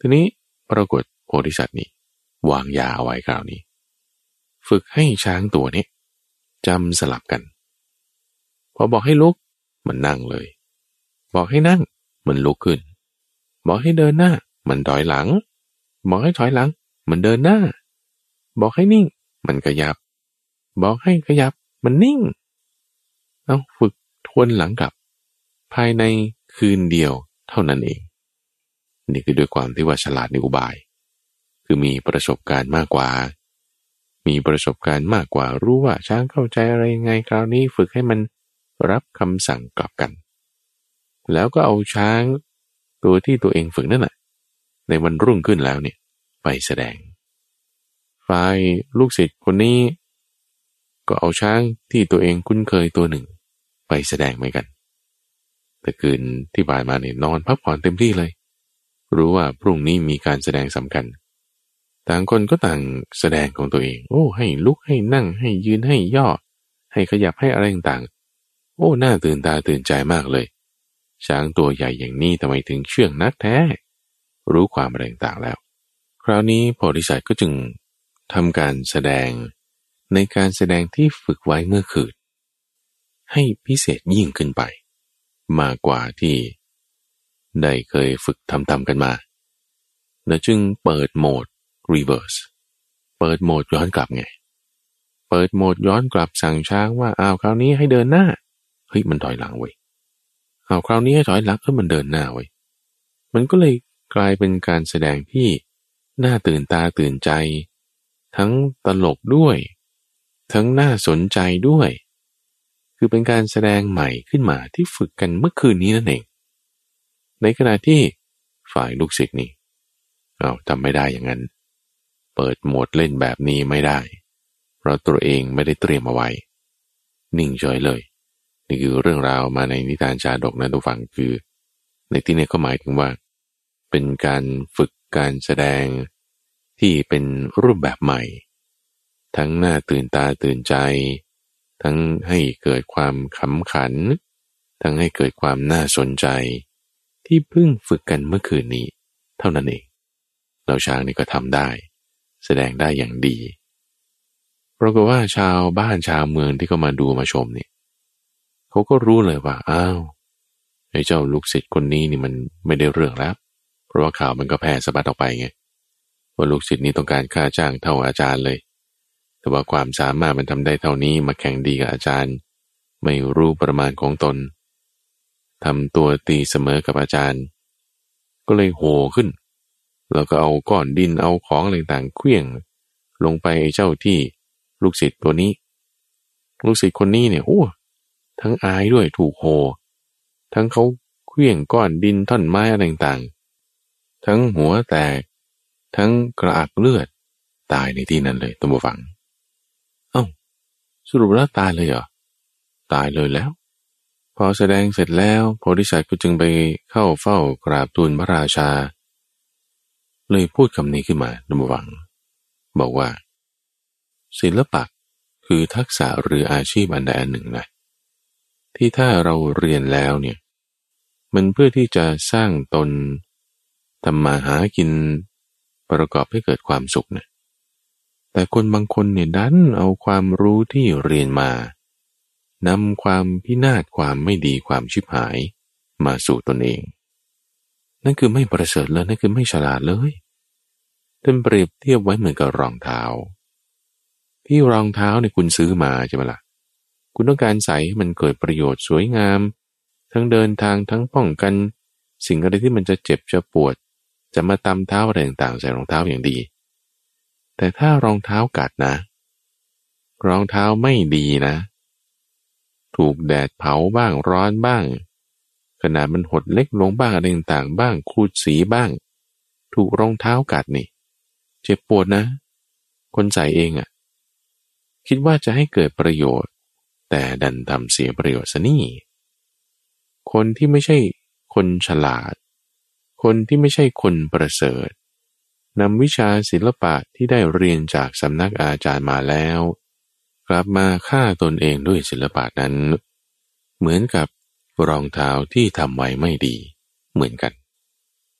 ทีนี้ปรากฏโพธิสัตว์นี่วางยาเอาไว้คราวนี้ฝึกให้ช้างตัวนี้จำสลับกันพอบอกให้ลุกมันนั่งเลยบอกให้นั่งมันลุกขึ้นบอกให้เดินหน้ามันถอยหลังบอกให้ถอยหลังมันเดินหน้าบอกให้นิ่งมันขยับบอกให้ขยับมันนิ่งเอาฝึกทวนหลังกลับภายในคืนเดียวเท่านั้นเองนี่คือด้วยความที่ว่าฉลาดในอุบายคือมีประสบการณ์มากกว่ามีประสบการณ์มากกว่ารู้ว่าช้างเข้าใจอะไรยังไงคราวนี้ฝึกให้มันรับคำสั่งกลับกันแล้วก็เอาช้างตัวที่ตัวเองฝึกนั่นแหละในวันรุ่งขึ้นแล้วเนี่ยไปแสดงฝ่ายลูกศิษย์คนนี้ก็เอาช้างที่ตัวเองคุ้นเคยตัวหนึ่งไปแสดงเหมือนกันแต่คืนที่ผ่านมาเนี่ยนอนพักผ่อนเต็มที่เลยรู้ว่าพรุ่งนี้มีการแสดงสำคัญต่างคนก็ต่างแสดงของตัวเองโอ้ให้ลุกให้นั่งให้ยืนให้ย่อให้ขยับให้อะไรต่างๆโอ้น่าตื่นตาตื่นใจมากเลยช้างตัวใหญ่อย่างนี้ทำไมถึงเชื่องนักแท้รู้ความอะไรต่างๆแล้วคราวนี้โพธิสัตว์ก็จึงทำการแสดงในการแสดงที่ฝึกไว้เมื่อคืนให้พิเศษยิ่งขึ้นไปมากกว่าที่ได้เคยฝึกทำๆกันมาแล้วจึงเปิดโหมด reverse เปิดโหมดย้อนกลับไงเปิดโหมดย้อนกลับสั่งช้างว่าอ้าวคราวนี้ให้เดินหน้าเฮ้ยมันถอยหลังเว้ยอ้าวคราวนี้ให้ถอยหลังเฮ้ยมันเดินหน้าเว้ยมันก็เลยกลายเป็นการแสดงที่น่าตื่นตาตื่นใจทั้งตลกด้วยทั้งน่าสนใจด้วยคือเป็นการแสดงใหม่ขึ้นมาที่ฝึกกันเมื่อคืนนี้นั่นเองในขณะที่ฝ่ายลูกศิษย์นี่เอาทำไม่ได้อย่างนั้นเปิดโหมดเล่นแบบนี้ไม่ได้เพราะตัวเองไม่ได้เตรียมเอาไว้นิ่งเฉยเลยนี่คือเรื่องราวมาในนิทานชาดกนะทุกฝั่งคือในที่นี้ก็หมายถึงว่าเป็นการฝึกการแสดงที่เป็นรูปแบบใหม่ทั้งน่าตื่นตาตื่นใจทั้งให้เกิดความขำขันทั้งให้เกิดความน่าสนใจที่เพิ่งฝึกกันเมื่อคืนนี้เท่านั้นเองเราช้างนี่ก็ทำได้แสดงได้อย่างดีเพราะว่าชาวบ้านชาวเมืองที่เขามาดูมาชมเนี่ยเขาก็รู้เลยว่าอ้าวไอ้เจ้าลูกศิษย์คนนี้นี่มันไม่ได้เรื่องแล้วเพราะว่าข่าวมันก็แพร่สะบัดออกไปไงว่าลูกศิษย์นี้ต้องการค่าจ้างเท่าอาจารย์เลยแต่ว่าความสามารถมันทำได้เท่านี้มาแข่งดีกับอาจารย์ไม่รู้ประมาณของตนทำตัวตีเสมอกับอาจารย์ก็เลยโห่ขึ้นแล้วก็เอาก้อนดินเอาของอะไรต่างๆเคลื่องลงไปไอ้เจ้าที่ลูกศิษย์ตัวนี้ลูกศิษย์คนนี้เนี่ยโอ้ทั้งอายด้วยถูกโห่ทั้งเขาเคลื่องก้อนดินท่อนไม้อะไรต่างๆทั้งหัวแตกทั้งกระอักเลือดตายในที่นั้นเลยตัวฝังเอ้าสรุปแล้วตายเลยเหรอตายเลยแล้วพอแสดงเสร็จแล้วโพธิสัตว์ก็จึงไปเข้าเฝ้ากราบทูลพระราชาเลยพูดคำนี้ขึ้นมาตัวฝังบอกว่าศิลปะคือทักษะหรืออาชีพอันใดอันหนึ่งนะที่ถ้าเราเรียนแล้วเนี่ยมันเพื่อที่จะสร้างตนทำมาหากินประกอบให้เกิดความสุขนะแต่คนบางคนเนี่ยดันเอาความรู้ที่เรียนมานำความพินาศความไม่ดีความชิบหายมาสู่ตนเองนั่นคือไม่ประเสริฐเลยนั่นคือไม่ฉลาดเลยท่านเปรียบเทียบไว้เหมือนกับรองเท้าที่รองเท้าเนี่ยคุณซื้อมาใช่ไหมล่ะคุณต้องการใส่ให้มันเกิดประโยชน์สวยงามทั้งเดินทางทั้งป้องกันสิ่งอะไรที่มันจะเจ็บจะปวดจะมาตำเท้าอะไรต่างๆใส่รองเท้าอย่างดีแต่ถ้ารองเท้ากัดนะรองเท้าไม่ดีนะถูกแดดเผาบ้างร้อนบ้างขนาดมันหดเล็กลงบ้างอะไรต่างๆบ้างขูดสีบ้างถูกรองเท้ากัดนี่เจ็บปวดนะคนใส่เองอ่ะคิดว่าจะให้เกิดประโยชน์แต่ดันทำเสียประโยชน์ซะนี่คนที่ไม่ใช่คนฉลาดคนที่ไม่ใช่คนประเสริฐนำวิชาศิลปะที่ได้เรียนจากสำนักอาจารย์มาแล้วกลับมาฆ่าตนเองด้วยศิลปะนั้นเหมือนกับรองเท้าที่ทำไว้ไม่ดีเหมือนกัน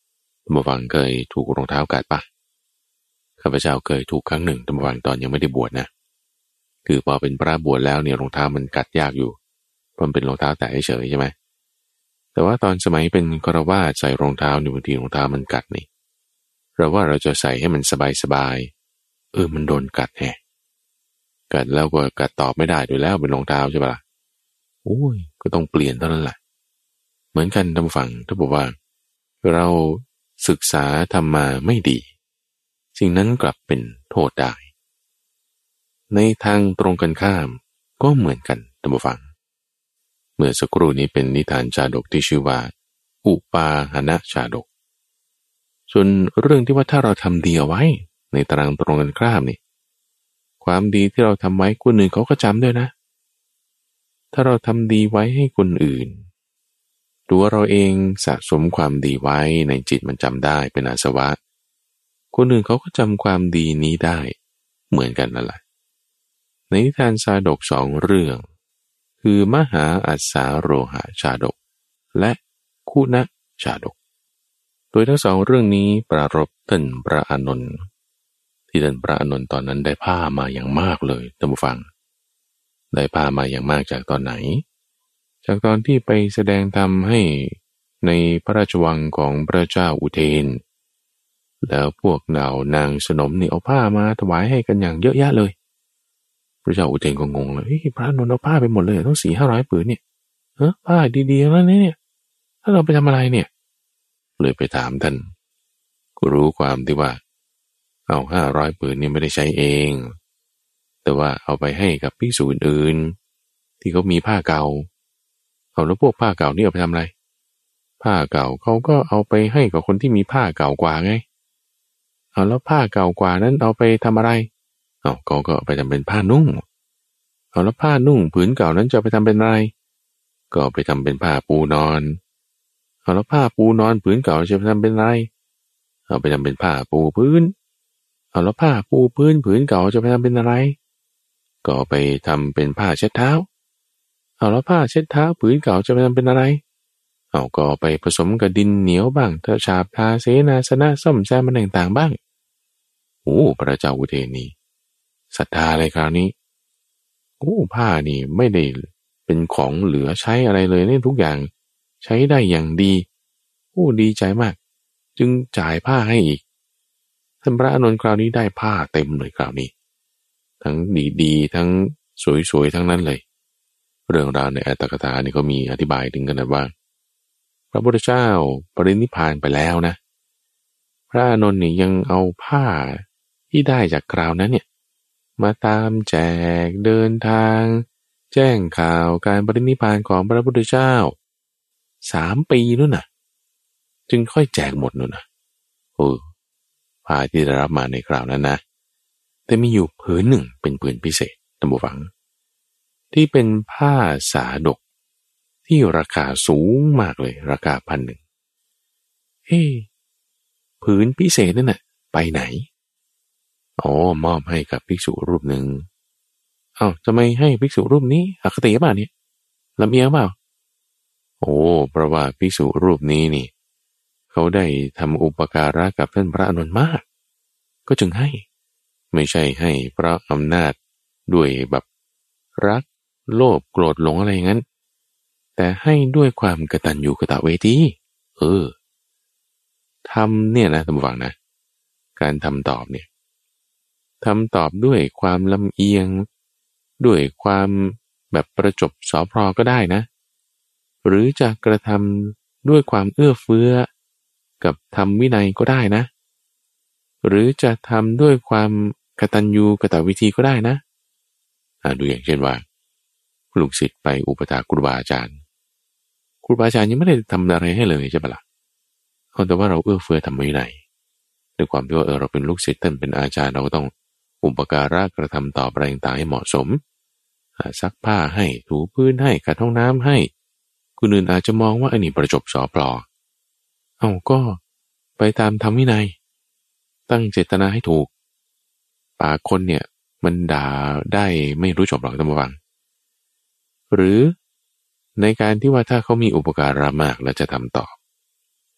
ท่านผู้ฟังเคยถูกรองเท้ากัดปะข้าพเจ้าเคยถูกครั้งหนึ่งท่านผู้ฟังตอนยังไม่ได้บวชนะคือพอเป็นพระบวชแล้วเนี่ยรองเท้ามันกัดยากอยู่เพราะมันเป็นรองเท้าแตะเฉยใช่ไหมแต่ว่าตอนสมัยเป็นฆราวาสใส่รองเท้าในบางทีรองเท้ามันกัดนี่เราว่าเราจะใส่ให้มันสบายๆเออมันโดนกัดแฮะกัดแล้วก็กัดตอบไม่ได้ด้วยแล้วเป็นรองเท้าใช่ปะล่ะโอ้ยก็ต้องเปลี่ยนเท่านั้นแหละเหมือนกันท่านผู้ฟังถ้าบอกว่าเราศึกษาธรรมาไม่ดีสิ่งนั้นกลับเป็นโทษได้ในทางตรงกันข้ามก็เหมือนกันท่านผู้ฟังเมื่อสักครู่นี้เป็นนิทานชาดกที่ชื่อว่าอุปาหณชาดกส่วนเรื่องที่ว่าถ้าเราทำดีเอาไว้ในตารางตรงกันข้ามนี่ความดีที่เราทำไว้คนอื่นเขาก็จำด้วยนะถ้าเราทำดีไว้ให้คนอื่นตัวเราเองสะสมความดีไว้ในจิตมันจำได้เป็นอาสวะคนอื่นเขาก็จำความดีนี้ได้เหมือนกันนั่นแหละในนิทานชาดกสองเรื่องคือมหาอัสสาโรหะชาดกและคุณะชาดกโดยทั้งสองเรื่องนี้ปรารภท่านพระอานนท์ที่ท่านพระอานนท์ตอนนั้นได้ผ้ามาอย่างมากเลยท่านผู้ฟังได้ผ้ามาอย่างมากจากตอนไหนจากตอนที่ไปแสดงธรรมให้ในพระราชวังของพระเจ้าอุเทนแล้วพวกเหล่านางสนมนี่เอาผ้ามาถวายให้กันอย่างเยอะแยะเลยพระเจ้าอุเทนก็งงเลยพระอานนท์เอาผ้าไปหมดเลยต้องสี่ห้าร้อยผืนเนี่ยเออผ้าดีๆแล้วเนี่ยถ้าเราไปทำอะไรเนี่ยเลยไปถามท่านก็รู้ความที่ว่าเอาห้าร้อยผืนนี่ไม่ได้ใช้เองแต่ว่าเอาไปให้กับภิกษุอื่นๆที่เขามีผ้าเก่าเอาแล้วพวกผ้าเก่านี่เอาไปทำอะไรผ้าเก่าเขาก็เอาไปให้กับคนที่มีผ้าเก่ากว่าไงเอาแล้วผ้าเก่ากว่านั้นเอาไปทำอะไรเอาเขาก็เอาไปทำเป็นผ้านุ่งเอาแล้วผ้านุ่งผืนเก่านั้นจะไปทำเป็นอะไรก็เอาไปทำเป็นผ้าปูนอนเอาแล้วผ้าปูนอนผืนเก่าจะไปทำเป็นอะไรเอาไปทำเป็นผ้าปูพื้นเอาแล้วผ้าปูพื้นผืนเก่าจะไปทำเป็นอะไรก็ไปทำเป็นผ้าเช็ดเท้าเอาแล้วผ้าเช็ดเท้าผืนเก่าจะไปทำเป็นอะไรเอาก็ไปผสมกับดินเหนียวบ้างถ้าฉาบทาเสนาสนะซ่อมแซมมันต่างๆบ้างโอ้พระเจ้าอุเทนนี่ศรัทธาเลยคราวนี้โอ้ผ้านี่ไม่ได้เป็นของเหลือใช้อะไรเลยนี่ทุกอย่างใช้ได้อย่างดีโอ้ดีใจมากจึงจ่ายผ้าให้อีกท่านพระอานนท์คราวนี้ได้ผ้าเต็มเลยคราวนี้ทั้งดีๆทั้งสวยๆทั้งนั้นเลยเรื่องราวในอัตถกถานี่ก็มีอธิบายถึงกันว่าพระพุทธเจ้าปรินิพพานไปแล้วนะพระอานนท์นี่ยังเอาผ้าที่ได้จากคราวนั้นเนี่ยมาตามแจกเดินทางแจ้งข่าวการปรินิพพานของพระพุทธเจ้าสามปีนู่นน่ะจึงค่อยแจกหมดนู่นน่ะโอ้ผ้าที่ได้รับมาในคราวนั้นนะแต่มีอยู่ผืนหนึ่งเป็นผืนพิเศษท่านผู้ฟังที่เป็นผ้าสาดกที่ราคาสูงมากเลยราคาพันหนึ่งเฮ้ผืนพิเศษนั่นน่ะไปไหนอ๋อมอบให้กับภิกษุรูปหนึ่งเอ้าทำไมให้ภิกษุรูปนี้อคติเปล่าเนี่ยลำเอียงเปล่าโอ้เพราะว่าภิกษุรูปนี้นี่เขาได้ทำอุปการะกับท่านพระอานนท์มากก็จึงให้ไม่ใช่ให้เพราะอำนาจด้วยแบบรักโลภโกรธหลงอะไรอย่างนั้นแต่ให้ด้วยความกตัญญูกตเวทีเออทำเนี่ยนะท่านผู้ฟังนะการทำตอบเนี่ยทำตอบด้วยความลำเอียงด้วยความแบบประจบสอพรอก็ได้นะหรือจะกระทำด้วยความเอื้อเฟื้อกับธรรมวินัยก็ได้นะหรือจะทำด้วยความกตัญญูกตวิธีก็ได้นะอ่าดูอย่างเช่นว่าลูกศิษย์ไปอุปถากครูบาอาจารย์ครูบาอาจารย์ยังไม่ได้ทำอะไรให้เลยใช่ปะล่ะเอาแต่ว่าเราเอื้อเฟื้อทำวินัยด้วยความที่ว่าเออเราเป็นลูกศิษย์ท่านเป็นอาจารย์เราก็ต้องอุปการะกระทำตอบอะไรต่างๆให้เหมาะสมซักผ้าให้ถูพื้นให้ขัดห้องน้ำให้คนอื่นอาจจะมองว่าอันนี้ประจบสอพลอเอาก็ไปตามธรรมวินัยตั้งเจตนาให้ถูกปากคนเนี่ยมันด่าได้ไม่รู้จบหรอกท่านผู้ฟังหรือในการที่ว่าถ้าเขามีอุปการะมากแล้วจะทำตอบ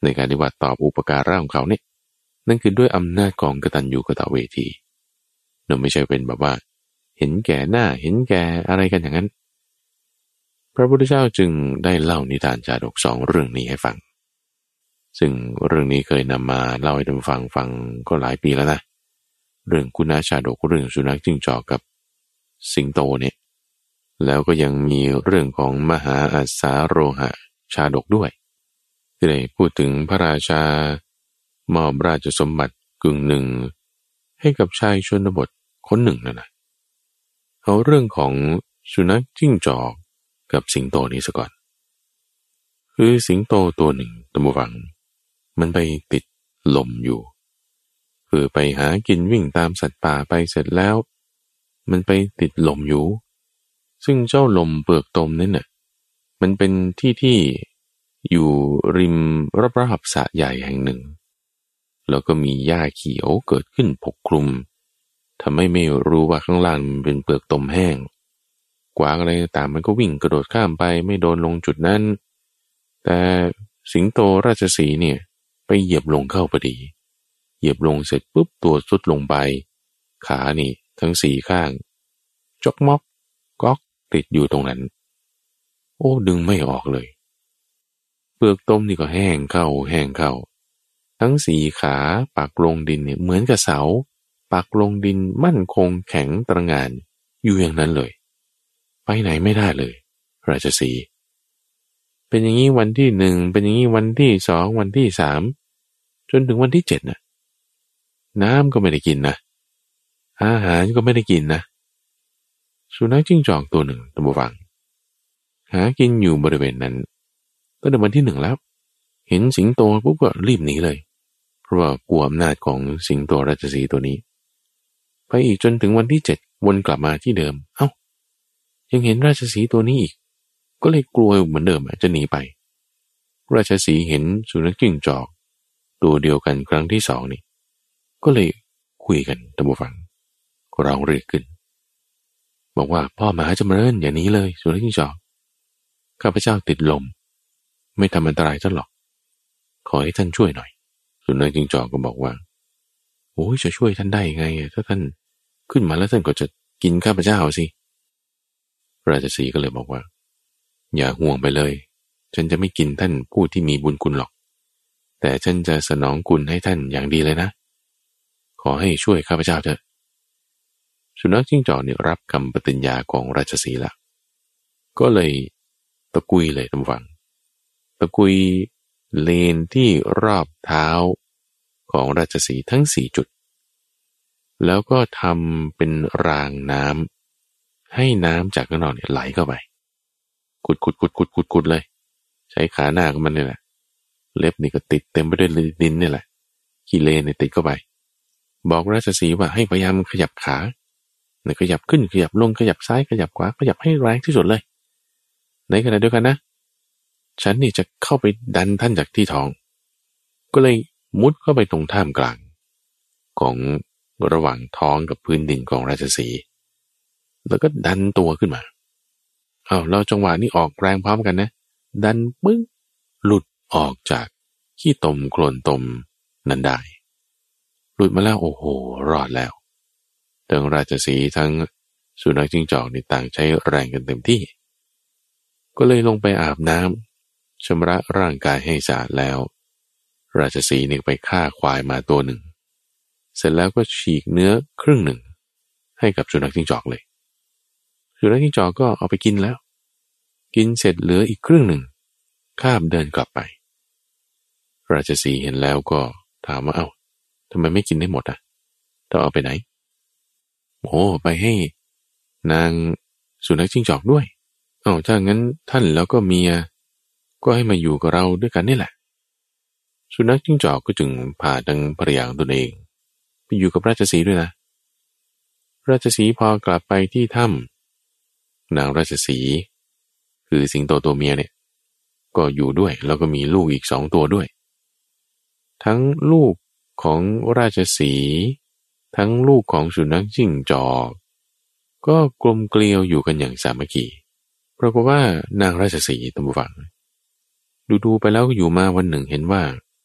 ในการที่ว่าตอบอุปการะของเขาเนี่ยนั่นคือด้วยอำนาจของกตัญญูกตเวทีเราไม่ใช่เป็นแบบว่าเห็นแก่หน้าเห็นแก่อะไรกันอย่างนั้นพระพุทธเจ้าจึงได้เล่านิทานชาดกสองเรื่องนี้ให้ฟังซึ่งเรื่องนี้เคยนำมาเล่าให้ท่านฟังฟังก็หลายปีแล้วนะเรื่องกุณาชาดกเรื่องสุนัขจิ้งจอกกับสิงโตเนี่ยแล้วก็ยังมีเรื่องของมหาอัสสาโรหะชาดกด้วยที่ได้พูดถึงพระราชามอบราชสมบัติกึ่งหนึ่งให้กับชายชนบทคนหนึ่งนั่นนะเอาเรื่องของสุนัขจิ้งจอกกับสิงโตนี้ซะก่อนคือสิงโตตัวหนึ่งตัมวังมันไปติดลมอยู่คือไปหากินวิ่งตามสัตว์ป่าไปเสร็จแล้วมันไปติดลมอยู่ซึ่งเจ้าลมเปลือกตมนั่นน่ะมันเป็นที่ที่อยู่ริมรอบๆสระใหญ่แห่งหนึ่งแล้วก็มีหญ้าเขียวเกิดขึ้นปกคลุมทำให้ไม่รู้ว่าข้างล่างมันเป็นเปลือกตมแห้งกวางอะไรต่างมันก็วิ่งกระโดดข้ามไปไม่โดนลงจุดนั้นแต่สิงโตราชสีห์เนี่ยไปเหยียบลงเข้าพอดีเหยียบลงเสร็จปุ๊บตัวสุดลงไปขานี่ทั้งสี่ข้างจกมอกก๊อกติดอยู่ตรงนั้นโอ้ดึงไม่ออกเลยเปลือกตมนี่ก็แห้งเข้าแห้งเข้าทั้งสี่ขาปักลงดินเนี่ยเหมือนกับเสาปักลงดินมั่นคงแข็งตระหง่านอยู่อย่างนั้นเลยไปไหนไม่ได้เลยราชสีห์เป็นอย่างนี้วันที่หนึ่งเป็นอย่างนี้วันที่สองวันที่สามจนถึงวันที่เจ็ดน่ะน้ำก็ไม่ได้กินนะอาหารก็ไม่ได้กินนะสุนัขจิ้งจอกตัวหนึ่งตัมวังหากินอยู่บริเวณนั้นตั้งแต่วันที่หนึ่งแล้วเห็นสิงโตปุ๊บก็รีบหนีเลยเพราะว่ากลัวอำนาจของสิงโตราชสีห์ตัวนี้ไปอีกจนถึงวันที่เจ็ดวนกลับมาที่เดิมเอ้ายังเห็นราชสีห์ตัวนี้อีกก็เลยกลัวเหมือนเดิมจะหนีไปราชสีห์เห็นสุนัขจิ้งจอกตัวเดียวกันครั้งที่สองนี่ก็เลยคุยกันตัมวังร้องเรียกขึ้นบอกว่าพ่อมหาจำเริญอย่างนี้เลยสุนัขจิ้งจอกข้าพเจ้าติดลมไม่ทำอันตรายท่านหรอกขอให้ท่านช่วยหน่อยสุนัขจิ้งจอกก็บอกว่าโอ้ยจะช่วยท่านได้ไงถ้าท่านขึ้นมาแล้วท่านก็จะกินข้าพเจ้าสิราชสีห์ก็เลยบอกว่าอย่าห่วงไปเลยฉันจะไม่กินท่านผู้ที่มีบุญคุณหรอกแต่ฉันจะสนองคุณให้ท่านอย่างดีเลยนะขอให้ช่วยข้าพเจ้าเถอะสุนัขจิ้งจอกเนี่ยรับคำปฏิญญาของราชสีห์ละก็เลยตะกุยเลยท่านฟังตะกุยเลนที่รอบเท้าของราชสีห์ทั้งสี่จุดแล้วก็ทำเป็นรางน้ำให้น้ำจากข้างนอกเนี่ยไหลเข้าไปขุดขุดขุดขุดขุดขุดเลยใช้ขาหน้าของมันนี่แหละเล็บนี่ก็ติดเต็มไปด้วยดินนี่แหละขี้เลนเนี่ยติดเข้าไปบอกราชสีห์ว่าให้พยายามขยับขาเนี่ยขยับขึ้นขยับลงขยับซ้ายขยับขวาขยับให้แรงที่สุดเลยในขณะเดียวกันนะฉันนี่จะเข้าไปดันท่านจากที่ท้องก็เลยมุดเข้าไปตรงท่ามกลางของระหว่างท้องกับพื้นดินของราชสีห์แล้วก็ดันตัวขึ้นมาเอาเราจังหวะนี้ออกแรงพร้อมกันนะดันปึ้งหลุดออกจากขี้ตมโคลนตมนั้นได้หลุดมาแล้วโอ้โหรอดแล้วทั้งราชสีห์ทั้งสุนัขจิ้งจอกนี่ต่างใช้แรงกันเต็มที่ก็เลยลงไปอาบน้ำชำระร่างกายให้สะอาดแล้วราชสีห์นี่ไปฆ่าควายมาตัวหนึ่งเสร็จแล้วก็ฉีกเนื้อครึ่งหนึ่งให้กับสุนัขจิ้งจอกเลยสุนัขจิ้งจอกก็เอาไปกินแล้วกินเสร็จเหลืออีกครึ่งหนึ่งข้ามเดินกลับไปราชสีห์เห็นแล้วก็ถามว่าเอ้าทำไมไม่กินได้หมดอ่ะต้องเอาไปไหนโอ้ไปให้นางสุนัขจิ้งจอกด้วยเอ้าถ้างั้นท่านแล้วก็เมียก็ให้มาอยู่กับเราด้วยกันนี่แหละสุนัขจิ้งจอกก็จึงพาทั้งภรรยาตนเองไปอยู่กับราชสีห์ด้วยนะราชสีห์พอกลับไปที่ถ้ำนางราชสีห์คือสิงโตตัวเมียเนี่ยก็อยู่ด้วยแล้วก็มีลูกอีกสองตัวด้วยทั้งลูกของราชสีห์ทั้งลูกของสุนัขจิ้งจอกก็กลมเกลียวอยู่กันอย่างสามัคคีเพราะว่านางราชสีห์ตามฟังดูๆไปแล้วอยู่มาวันหนึ่งเห็นว่า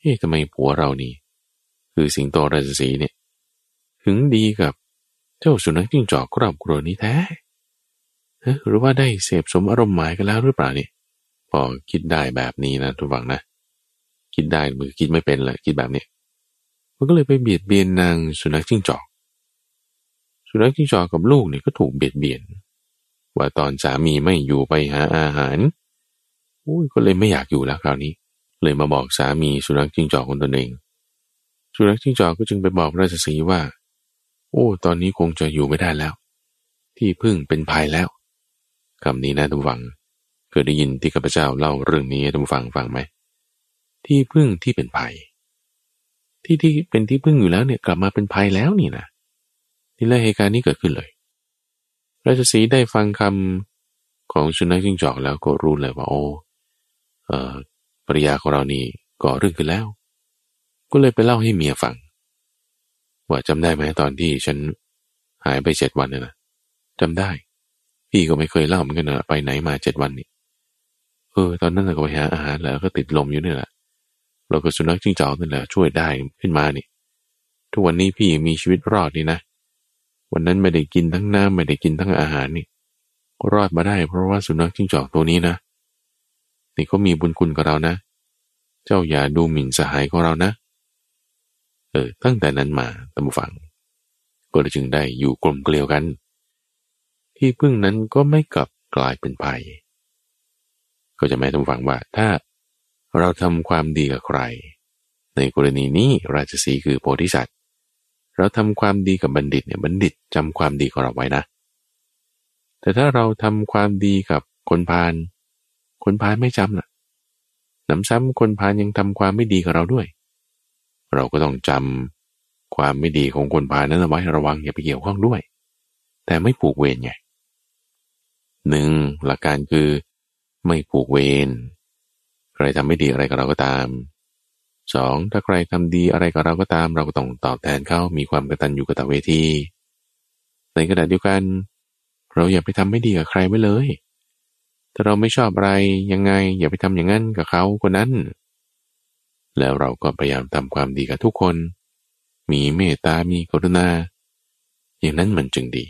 อ๊ะทำไมผัวเรานี่คือสิงโตราชสีห์เนี่ยถึงดีกับเจ้าสุนัขจิ้งจอกครอบครัวนี้แท้หรือว่าได้เสพสมอารมณ์หมายกันแล้วหรือเปล่าเนี่ยพอคิดได้แบบนี้นะทุกฝังนะคิดได้มือคิดไม่เป็นเลยคิดแบบนี้มันก็เลยไปเบียดเบียนนางสุนัขจิ้งจอกสุนัขจิ้งจอกกับลูกเนี่ยก็ถูกเบียดเบียนว่าตอนสามีไม่อยู่ไปหาอาหารอุ้ยก็เลยไม่อยากอยู่แล้วคราวนี้เลยมาบอกสามีสุนัขจิ้งจอกคนตนเองสุนัขจิ้งจอกก็จึงไปบอกราชสีห์ว่าโอ้ตอนนี้คงจะอยู่ไม่ได้แล้วที่พึ่งเป็นภัยแล้วคำนี้นะทุกฝังเคยได้ยินที่ข้าพเจ้าเล่าเรื่องนี้ให้ทุกฝังฟังไหมที่พึ่งที่เป็นภัยที่ที่เป็นที่พึ่งอยู่แล้วเนี่ยกลับมาเป็นภัยแล้วนี่นะนี่แหละเหตุการณ์นี้เกิดขึ้นเลยราชสีห์ได้ฟังคำของสุนัขจิ้งจอกแล้วก็รู้เลยว่าโอ้เอ่อภรรยาของเรานี่ก่อเรื่องขึ้นแล้วก็เลยไปเล่าให้เมียฟังว่าจำได้ไหมตอนที่ฉันหายไปเจ็ดวันน่ะนะจำได้พี่ก็ไม่เคยเล่าเหมือนกันนะไปไหนมาเจ็ดวันนี่เออตอนนั้นเราก็ไปหาอาหารแล้วก็ติดลมอยู่นี่แหละเราก็สุนัขจิ้งจอกนั่นแหละช่วยได้ขึ้นมานี่ทุกวันนี้พี่มีชีวิตรอดนี่นะวันนั้นไม่ได้กินทั้งน้ำไม่ได้กินทั้งอาหารนี่รอดมาได้เพราะว่าสุนัขจิ้งจอกตัวนี้นะนี่เขามีบุญคุณกับเรานะเจ้าอย่าดูหมิ่นสหายของเรานะเออตั้งแต่นั้นมาตามฟังก็เลยจึงได้อยู่กลมเกลียวกันที่พึ่งนั้นก็ไม่กลับกลายเป็นภัยก็จะหมายถึงฟังว่าถ้าเราทำความดีกับใครในกรณีนี้ราชสีห์คือโพธิสัตว์เราทำความดีกับบัณฑิตเนี่ยบัณฑิตจำความดีของเราไว้นะแต่ถ้าเราทำความดีกับคนพาลคนพาลไม่จำน่ะนำซ้ำคนพาลยังทำความไม่ดีกับเราด้วยเราก็ต้องจำความไม่ดีของคนพาลนั้นเอาไว้ระวังอย่าไปเกี่ยวข้องด้วยแต่ไม่ผูกเวรไงหนึ่งหลักการคือไม่ผูกเวรใครทำไม่ดีอะไรกับเราก็ตามสองถ้าใครทำดีอะไรกับเราก็ตามเราก็ต้องตอบแทนเขามีความกตัญญูกตเวทีในขณะเดียวกันเราอย่าไปทำไม่ดีกับใครไว้เลยถ้าเราไม่ชอบอะไรยังไงอย่าไปทำอย่างนั้นกับเขาคนนั้นแล้วเราก็พยายามทำความดีกับทุกคนมีเมตตามีกรุณาอย่างนั้นมันจึงดี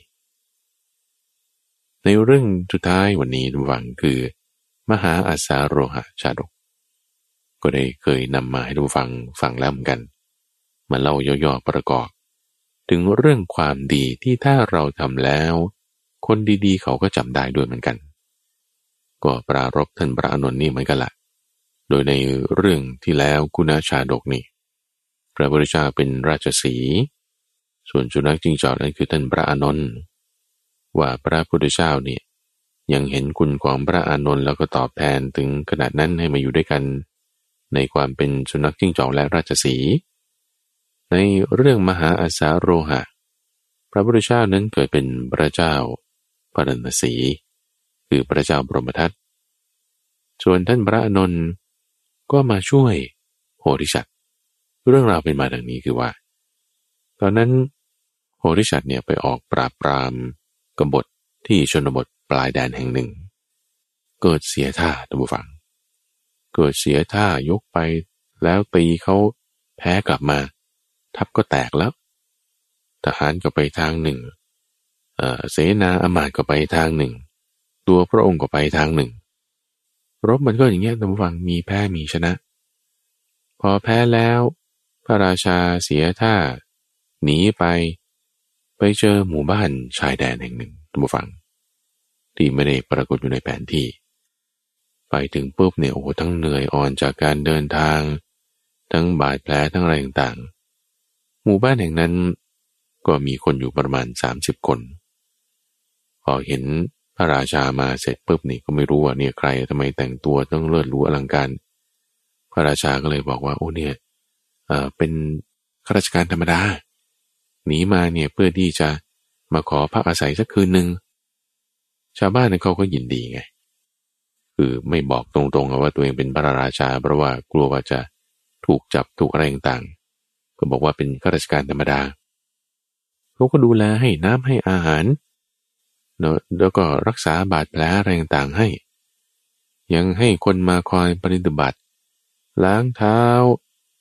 ในเรื่องสุดท้ายวันนี้หวังคือมหาอาสาโรหะชาดกก็ได้เคยนำมาให้ดูฟังฟังแล้วเหมือนกันมาเล่าย่อๆประกอบถึงเรื่องความดีที่ถ้าเราทำแล้วคนดีๆเขาก็จำได้ด้วยเหมือนกันก็ปรารภท่านพระอานนท์นี่เหมือนกันละโดยในเรื่องที่แล้วกุณาชาดกนี่พระพุทธเจ้าเป็นราชสีห์ส่วนสุนัขจิ้งจอกนั้นคือท่านพระอานนท์ว่าพระพุทธเจ้าเนี่ยยังเห็นคุณของพระอานนท์แล้วก็ตอบแทนถึงขนาดนั้นให้มาอยู่ด้วยกันในความเป็นสุนัขจิ้งจอกและราชสีห์ในเรื่องมหาอาสาโรหะพระพุทธเจ้านั้นเกิดเป็นพระเจ้าปรณสีคือพระเจ้าบรมทัตส่วนท่านพระอานนท์ก็มาช่วยโพธิสัตว์เรื่องราวเป็นมาดังนี้คือว่าตอนนั้นโพธิสัตว์เนี่ยไปออกปราบปรามกบฏที่ชนบทปลายแดนแห่งหนึ่งเกิดเสียท่าท่านผู้ฟังเกิดเสียท่ายกไปแล้วตีเขาแพ้กลับมาทัพก็แตกแล้วทหารก็ไปทางหนึ่งเอ่อเสนาอมาตย์ก็ไปทางหนึ่งตัวพระองค์ก็ไปทางหนึ่งรบมันก็อย่างเงี้ยท่านผู้ฟังมีแพ้มีชนะพอแพ้แล้วพระราชาเสียท่าหนีไปไปเจอหมู่บ้านชายแดนแห่งหนึ่งท่านผู้ฟังที่ไม่ได้ปรากฏอยู่ในแผนที่ไปถึงปุ๊บเนี่ยโอ้โหทั้งเหนื่อยอ่อนจากการเดินทางทั้งบาดแผลทั้งอะไรต่างๆหมู่บ้านแห่งนั้นก็มีคนอยู่ประมาณสามสิบคนพอเห็นพระราชามาเสร็จปุ๊บนี่ก็ไม่รู้ว่าเนี่ยใครทำไมแต่งตัวต้องเลิศหรูอลังการพระราชาก็เลยบอกว่าโอ้เนี่ยเอ่อเป็นข้าราชการธรรมดาหนีมาเนี่ยเพื่อที่จะมาขอพักอาศัยสักคืนนึงชาวบ้านนั้นเขาก็ยินดีไงคือไม่บอกตรงๆว่าตัวเองเป็นพระราชาเพราะว่ากลัวว่าจะถูกจับถูกอะไรต่างๆก็บอกว่าเป็นข้าราชการธรรมดาเขาก็ดูแลให้น้ำให้อาหารเนาะแล้วก็รักษาบาดแผลอะไรต่างๆให้ยังให้คนมาคอยปฏิบัติล้างเท้า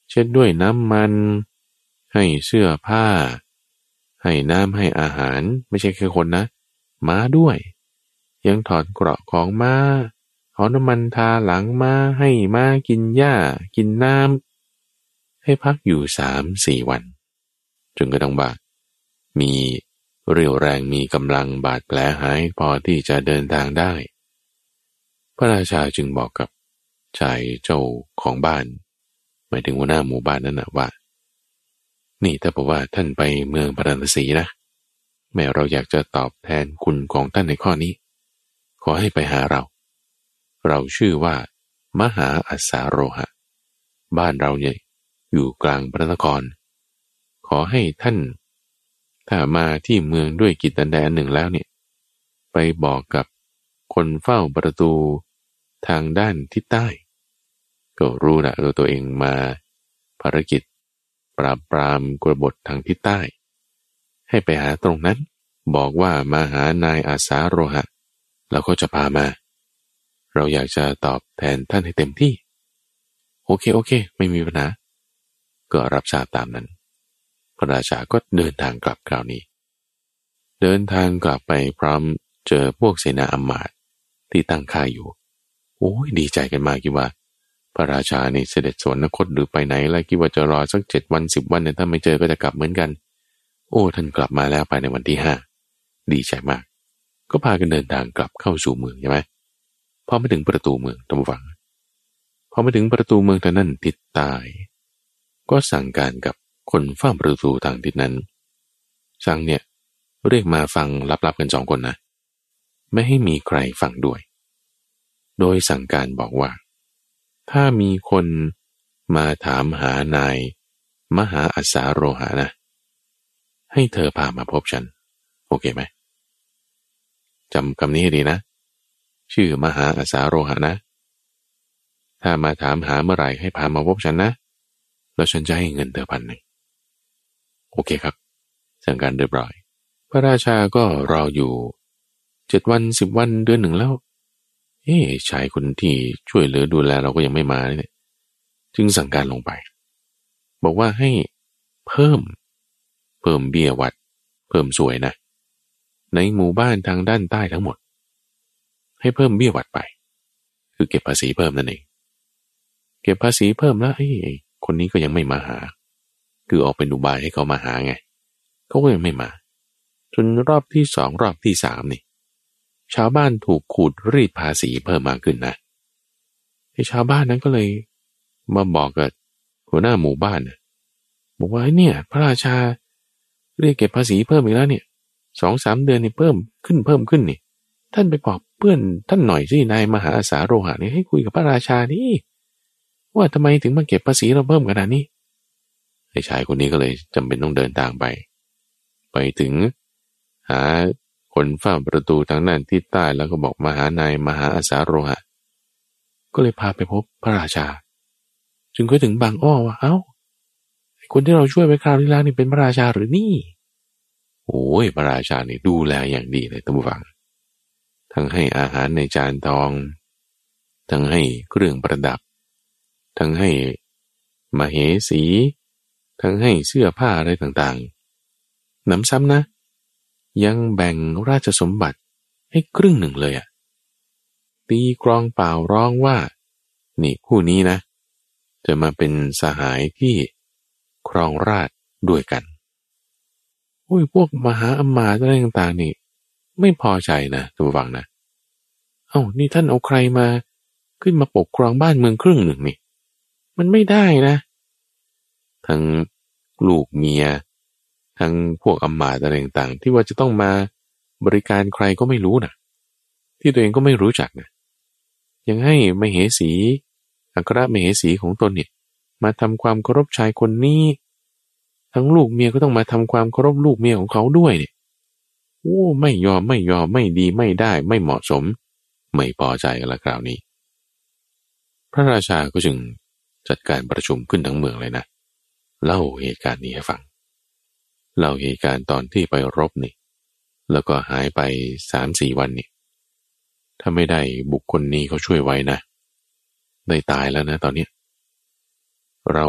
เช็ดด้วยน้ำมันให้เสื้อผ้าให้น้ำให้อาหารไม่ใช่แค่คนนะม้าด้วยยังถอดเกราะของม้าเอาน้ำมันทาหลังม้าให้ม้ากินหญ้ากินน้ำให้พักอยู่สามสี่วันจนกระทั่งว่ามีเรี่ยวแรงมีกำลังบาดแผลหายพอที่จะเดินทางได้พระราชาจึงบอกกับชายเจ้าของบ้านหมายถึงหัวหน้าหมู่บ้านนั่นนะว่านี่ถ้าบอกว่าท่านไปเมืองพาราณสีนะแม้เราอยากจะตอบแทนคุณของท่านในข้อนี้ขอให้ไปหาเราเราชื่อว่ามหาอัสสาโรหะบ้านเราเนี่ยอยู่กลางพระนครขอให้ท่านถ้ามาที่เมืองด้วยกิจอันใดอันหนึ่งแล้วเนี่ยไปบอกกับคนเฝ้าประตูทางด้านทิศใต้ก็รู้ละตัวตัวเองมาภารกิจปราบปรามกบฏทางทิศใต้ให้ไปหาตรงนั้นบอกว่ามาหานายอาสาโรหะแล้วก็จะพามาเราอยากจะตอบแทนท่านให้เต็มที่โอเคโอเคไม่มีปัญหาก็รับทราบตามนั้นพระราชาก็เดินทางกลับคราวนี้เดินทางกลับไปพร้อมเจอพวกเสนาอำมาตย์ที่ตั้งค่ายอยู่โอ้ยดีใจกันมากคิดว่าพระราชานี่เสด็จสวรรคตหรือไปไหนแล้วคิดว่าจะรอสักเจ็ดวันสิบวันเนี่ยถ้าไม่เจอก็จะกลับเหมือนกันโอ้ท่านกลับมาแล้วภายในวันที่ห้าดีใจมากก็พากันเดินทางกลับเข้าสู่เมืองใช่ไหมพอมาถึงประตูเมืองตำฝังพอมาถึงประตูเมืองทางนั้นทิศใต้ก็สั่งการกับคนเฝ้าประตูทางทิศนั้นสั่งเนี่ยเรียกมาฟังลับๆกันสองคนนะไม่ให้มีใครฟังด้วยโดยสั่งการบอกว่าถ้ามีคนมาถามหานายมหาอัสสาโรหะนะให้เธอพามาพบฉันโอเคไหมจำคำนี้ให้ดีนะชื่อมหาอัสสาโรหะนะถ้ามาถามหาเมื่อไหร่ให้พามาพบฉันนะแล้วฉันจะให้เงินเธอพันหนึ่งโอเคครับสั่งการเรียบร้อยพระราชาก็รออยู่เจ็ดวันสิบวันเดือนหนึ่งแล้วเอ๊ะชายคนที่ช่วยเหลือดูแลเราก็ยังไม่มาเนี่ยจึงสั่งการลงไปบอกว่าให้เพิ่มเพิ่มเบี้ยวัดเพิ่มสวยนะในหมู่บ้านทางด้านใต้ทั้งหมดให้เพิ่มเบี้ยวัดไปคือเก็บภาษีเพิ่มนั่นเองเก็บภาษีเพิ่มแล้วไอ้คนนี้ก็ยังไม่มาหาคือออกเป็นอุบายให้เขามาหาไงเขาก็ยังไม่มาจนรอบที่สองรอบที่สามนี่ชาวบ้านถูกขูดรีดภาษีเพิ่มมากขึ้นนะไอ้ชาวบ้านนั้นก็เลยมาบอกกับหัวหน้าหมู่บ้านนะบอกว่าเนี่ยพระราชาเรียกเก็บภาษีเพิ่มอีกแล้วเนี่ยสองสามเดือนนี่เพิ่มขึ้นเพิ่มขึ้นนี่ท่านไปบอกเพื่อนท่านหน่อยสินายมหาอาสาโรหะนี่ให้คุยกับพระราชานี่ว่าทำไมถึงมาเก็บภาษีเราเพิ่มขนาดนี้ไอ้ชายคนนี้ก็เลยจำเป็นต้องเดินทางไปไปถึงหาคนเฝ้าประตูทางด้านทิศใต้แล้วก็บอกมาหานายมหาอาสาโรหะก็เลยพาไปพบพระราชาจึงก็ถึงบางอ้อว่าเอ้าคนที่เราช่วยไว้คราวที่แล้วนี่เป็นพระราชาหรือนี่โอ้ยพระราชานี่ดูแลอย่างดีเลยท่านผู้ฟังทั้งให้อาหารในจานทองทั้งให้เครื่องประดับทั้งให้มเหสีทั้งให้เสื้อผ้าอะไรต่างๆนำซ้ำนะยังแบ่งราชสมบัติให้ครึ่งหนึ่งเลยอ่ะตีกลองเปล่าร้องว่านี่ผู้นี้นะจะมาเป็นสหายที่ครองราชย์ด้วยกันโอ้ยพวกมหาอมาตย์อะไรต่างๆนี่ไม่พอใจนะท่านผู้ฟังนะเอ้านี่ท่านเอาใครมาขึ้นมาปกครองบ้านเมืองครึ่งหนึ่งนี่มันไม่ได้นะทั้งลูกเมียทั้งพวกอมาตย์อะไรต่างๆที่ว่าจะต้องมาบริการใครก็ไม่รู้นะที่ตัวเองก็ไม่รู้จักนะยังให้มเหสีอัครมเหสีของตนเนี่ยมาทำความเคารพชายคนนี้ทั้งลูกเมียก็ต้องมาทำความเคารพลูกเมียของเขาด้วยเนี่ยโอ้ไม่ยอมไม่ยอมไม่ดีไม่ได้ไม่เหมาะสมไม่พอใจกันละคราวนี้พระราชาก็จึงจัดการประชุมขึ้นทั้งเมืองเลยนะเล่าเหตุการณ์นี้ให้ฟังเล่าเหตุการณ์ตอนที่ไปรบนี่แล้วก็หายไปสามสี่วันนี่ถ้าไม่ได้บุคคลนี้เขาช่วยไว้นะได้ตายแล้วนะตอนนี้เราค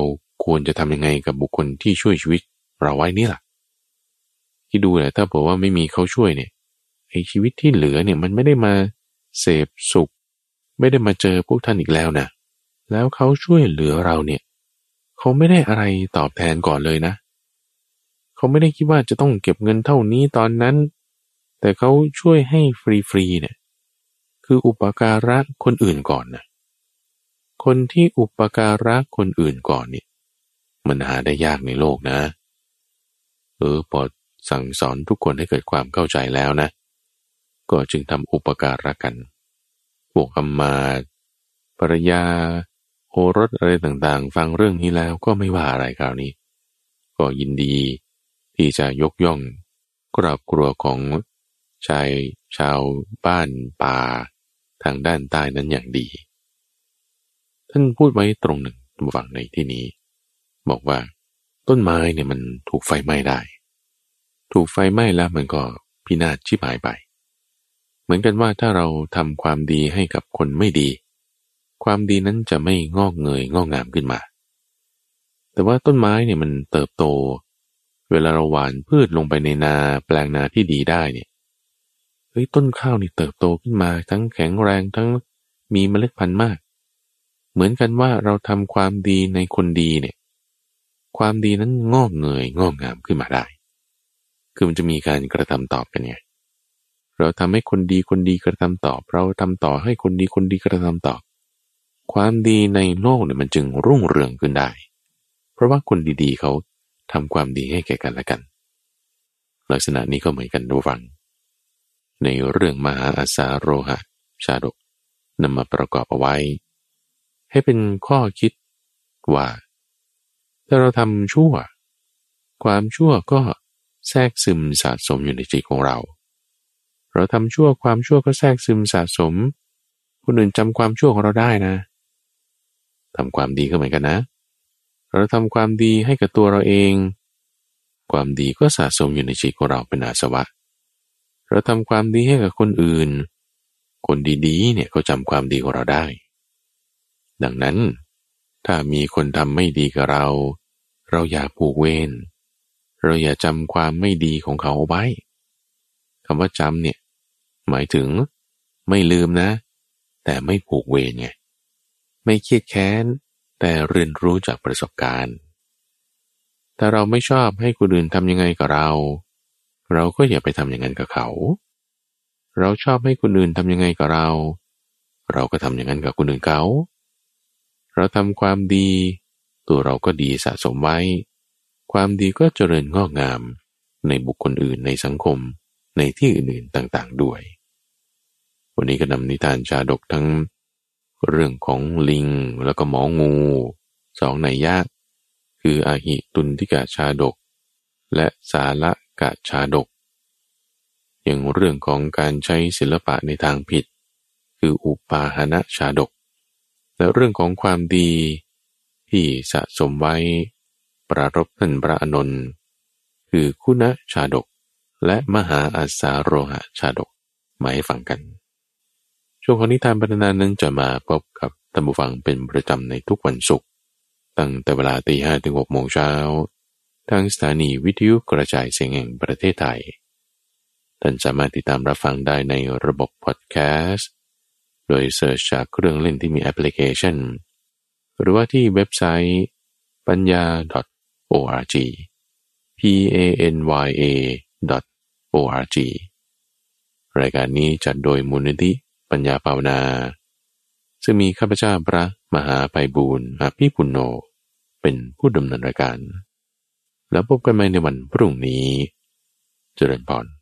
ควรจะทำยังไงกับบุคคลที่ช่วยชีวิตเราไว้นี่ล่ะที่ดูแหละถ้าบอกว่าไม่มีเขาช่วยเนี่ยไอ้ชีวิตที่เหลือเนี่ยมันไม่ได้มาเสพสุขไม่ได้มาเจอพวกท่านอีกแล้วนะแล้วเขาช่วยเหลือเราเนี่ยเขาไม่ได้อะไรตอบแทนก่อนเลยนะเขาไม่ได้คิดว่าจะต้องเก็บเงินเท่านี้ตอนนั้นแต่เขาช่วยให้ฟรีๆเนี่ยคืออุปการะคนอื่นก่อนนะคนที่อุปการะคนอื่นก่อนเนี่ยมันหาได้ยากในโลกนะเออพอสั่งสอนทุกคนให้เกิดความเข้าใจแล้วนะก็จึงทำอุปการะกันพวกอำมาตย์ภรรยาโอรสอะไรต่างๆฟังเรื่องนี้แล้วก็ไม่ว่าอะไรคราวนี้ก็ยินดีที่จะยกย่องครอบครัวของชายชาวบ้านป่าทางด้านใต้นั้นอย่างดีท่านพูดไว้ตรงหนึ่งฝั่งในที่นี้บอกว่าต้นไม้เนี่ยมันถูกไฟไหม้ได้ถูกไฟไหม้แล้วมันก็พินาศชิบหายไปเหมือนกันว่าถ้าเราทำความดีให้กับคนไม่ดีความดีนั้นจะไม่งอกเงยงอกงามขึ้นมาแต่ว่าต้นไม้เนี่ยมันเติบโตเวลาเราหว่านพืชลงไปในนาแปลงนาที่ดีได้เนี่ยเฮ้ยต้นข้าวนี่เติบโตขึ้นมาทั้งแข็งแรงทั้งมีเมล็ดพันธุ์มากเหมือนกันว่าเราทำความดีในคนดีเนี่ยความดีนั้นงอกเงยงอกงามขึ้นมาได้คือมันจะมีการกระทำตอบกันไงเราทำให้คนดีคนดีกระทำตอบเราทำต่อให้คนดีคนดีกระทำตอบความดีในโลกเนี่ยมันจึงรุ่งเรืองขึ้นได้เพราะว่าคนดีๆเขาทำความดีให้แก่กันและกันลักษณะนี้ก็เหมือนกันดูฟังในเรื่องมหาอาสาโรหะชาดกนำมาประกอบเอาไว้ให้เป็นข้อคิดว่าถ้าเราทำชั่วความชั่วก็แทรกซึมสะสมอยู่ในจิตของเราเราทำชั่วความชั่วก็แทรกซึมสะสมคนอื่นจำความชั่วของเราได้นะทำความดีก็เหมือนกันนะเราทำความดีให้กับตัวเราเองความดีก็สะสมอยู่ในจิตของเราเป็นอาสวะเราทำความดีให้กับคนอื่นคนดีๆเนี่ยเขาจำความดีของเราได้ดังนั้นถ้ามีคนทำไม่ดีกับเราเราอย่าผูกเวรเราอย่าจำความไม่ดีของเขาเอาไว้คำว่าจำเนี่ยหมายถึงไม่ลืมนะแต่ไม่ผูกเวรไงไม่เครียดแค้นแต่เรียนรู้จากประสบการณ์ถ้าเราไม่ชอบให้คนอื่นทำยังไงกับเราเราก็อย่าไปทำอย่างนั้นกับเขาเราชอบให้คนอื่นทำยังไงกับเราเราก็ทำอย่างนั้นกับคนอื่นเขาเราทำความดีตัวเราก็ดีสะสมไว้ความดีก็เจริญงอกงามในบุคคลอื่นในสังคมในที่อื่นๆต่างๆด้วยวันนี้ก็นำนิทานชาดกทั้งเรื่องของลิงแล้วก็หมองูสองนัยยะคืออาหิตุนทิกะชาดกและสาละกะชาดกอย่างเรื่องของการใช้ศิลปะในทางผิดคืออุปาหณชาดกและเรื่องของความดีที่สะสมไว้ปรารภท่านพระอานนท์คือคุณชาดกและมหาอาสาโรหะชาดกมาให้ฟังกันช่วงของนิทานบรรณานั้นจะมาพบกับท่านผู้ฟังเป็นประจำในทุกวันศุกร์ตั้งแต่เวลาตีห้ถึงหกโมงเช้าทางสถานีวิทยุกระจายเสียงแห่งประเทศไทยท่านสามารถติดตามรับฟังได้ในระบบพอดแคสต์โดยเสิร์ชจากเครื่องเล่นที่มีแอปพลิเคชันหรือว่าที่เว็บไซต์ปัญญา .org p a n y a .org รายการนี้จัดโดยมูลนิธิปัญญาภาวนาซึ่งมีข้าพเจ้าพระมหาไพบูลย์อภิปุณโญเป็นผู้ดำเนินรายการแล้วพบกันใหม่ในวันพรุ่งนี้เจริญพร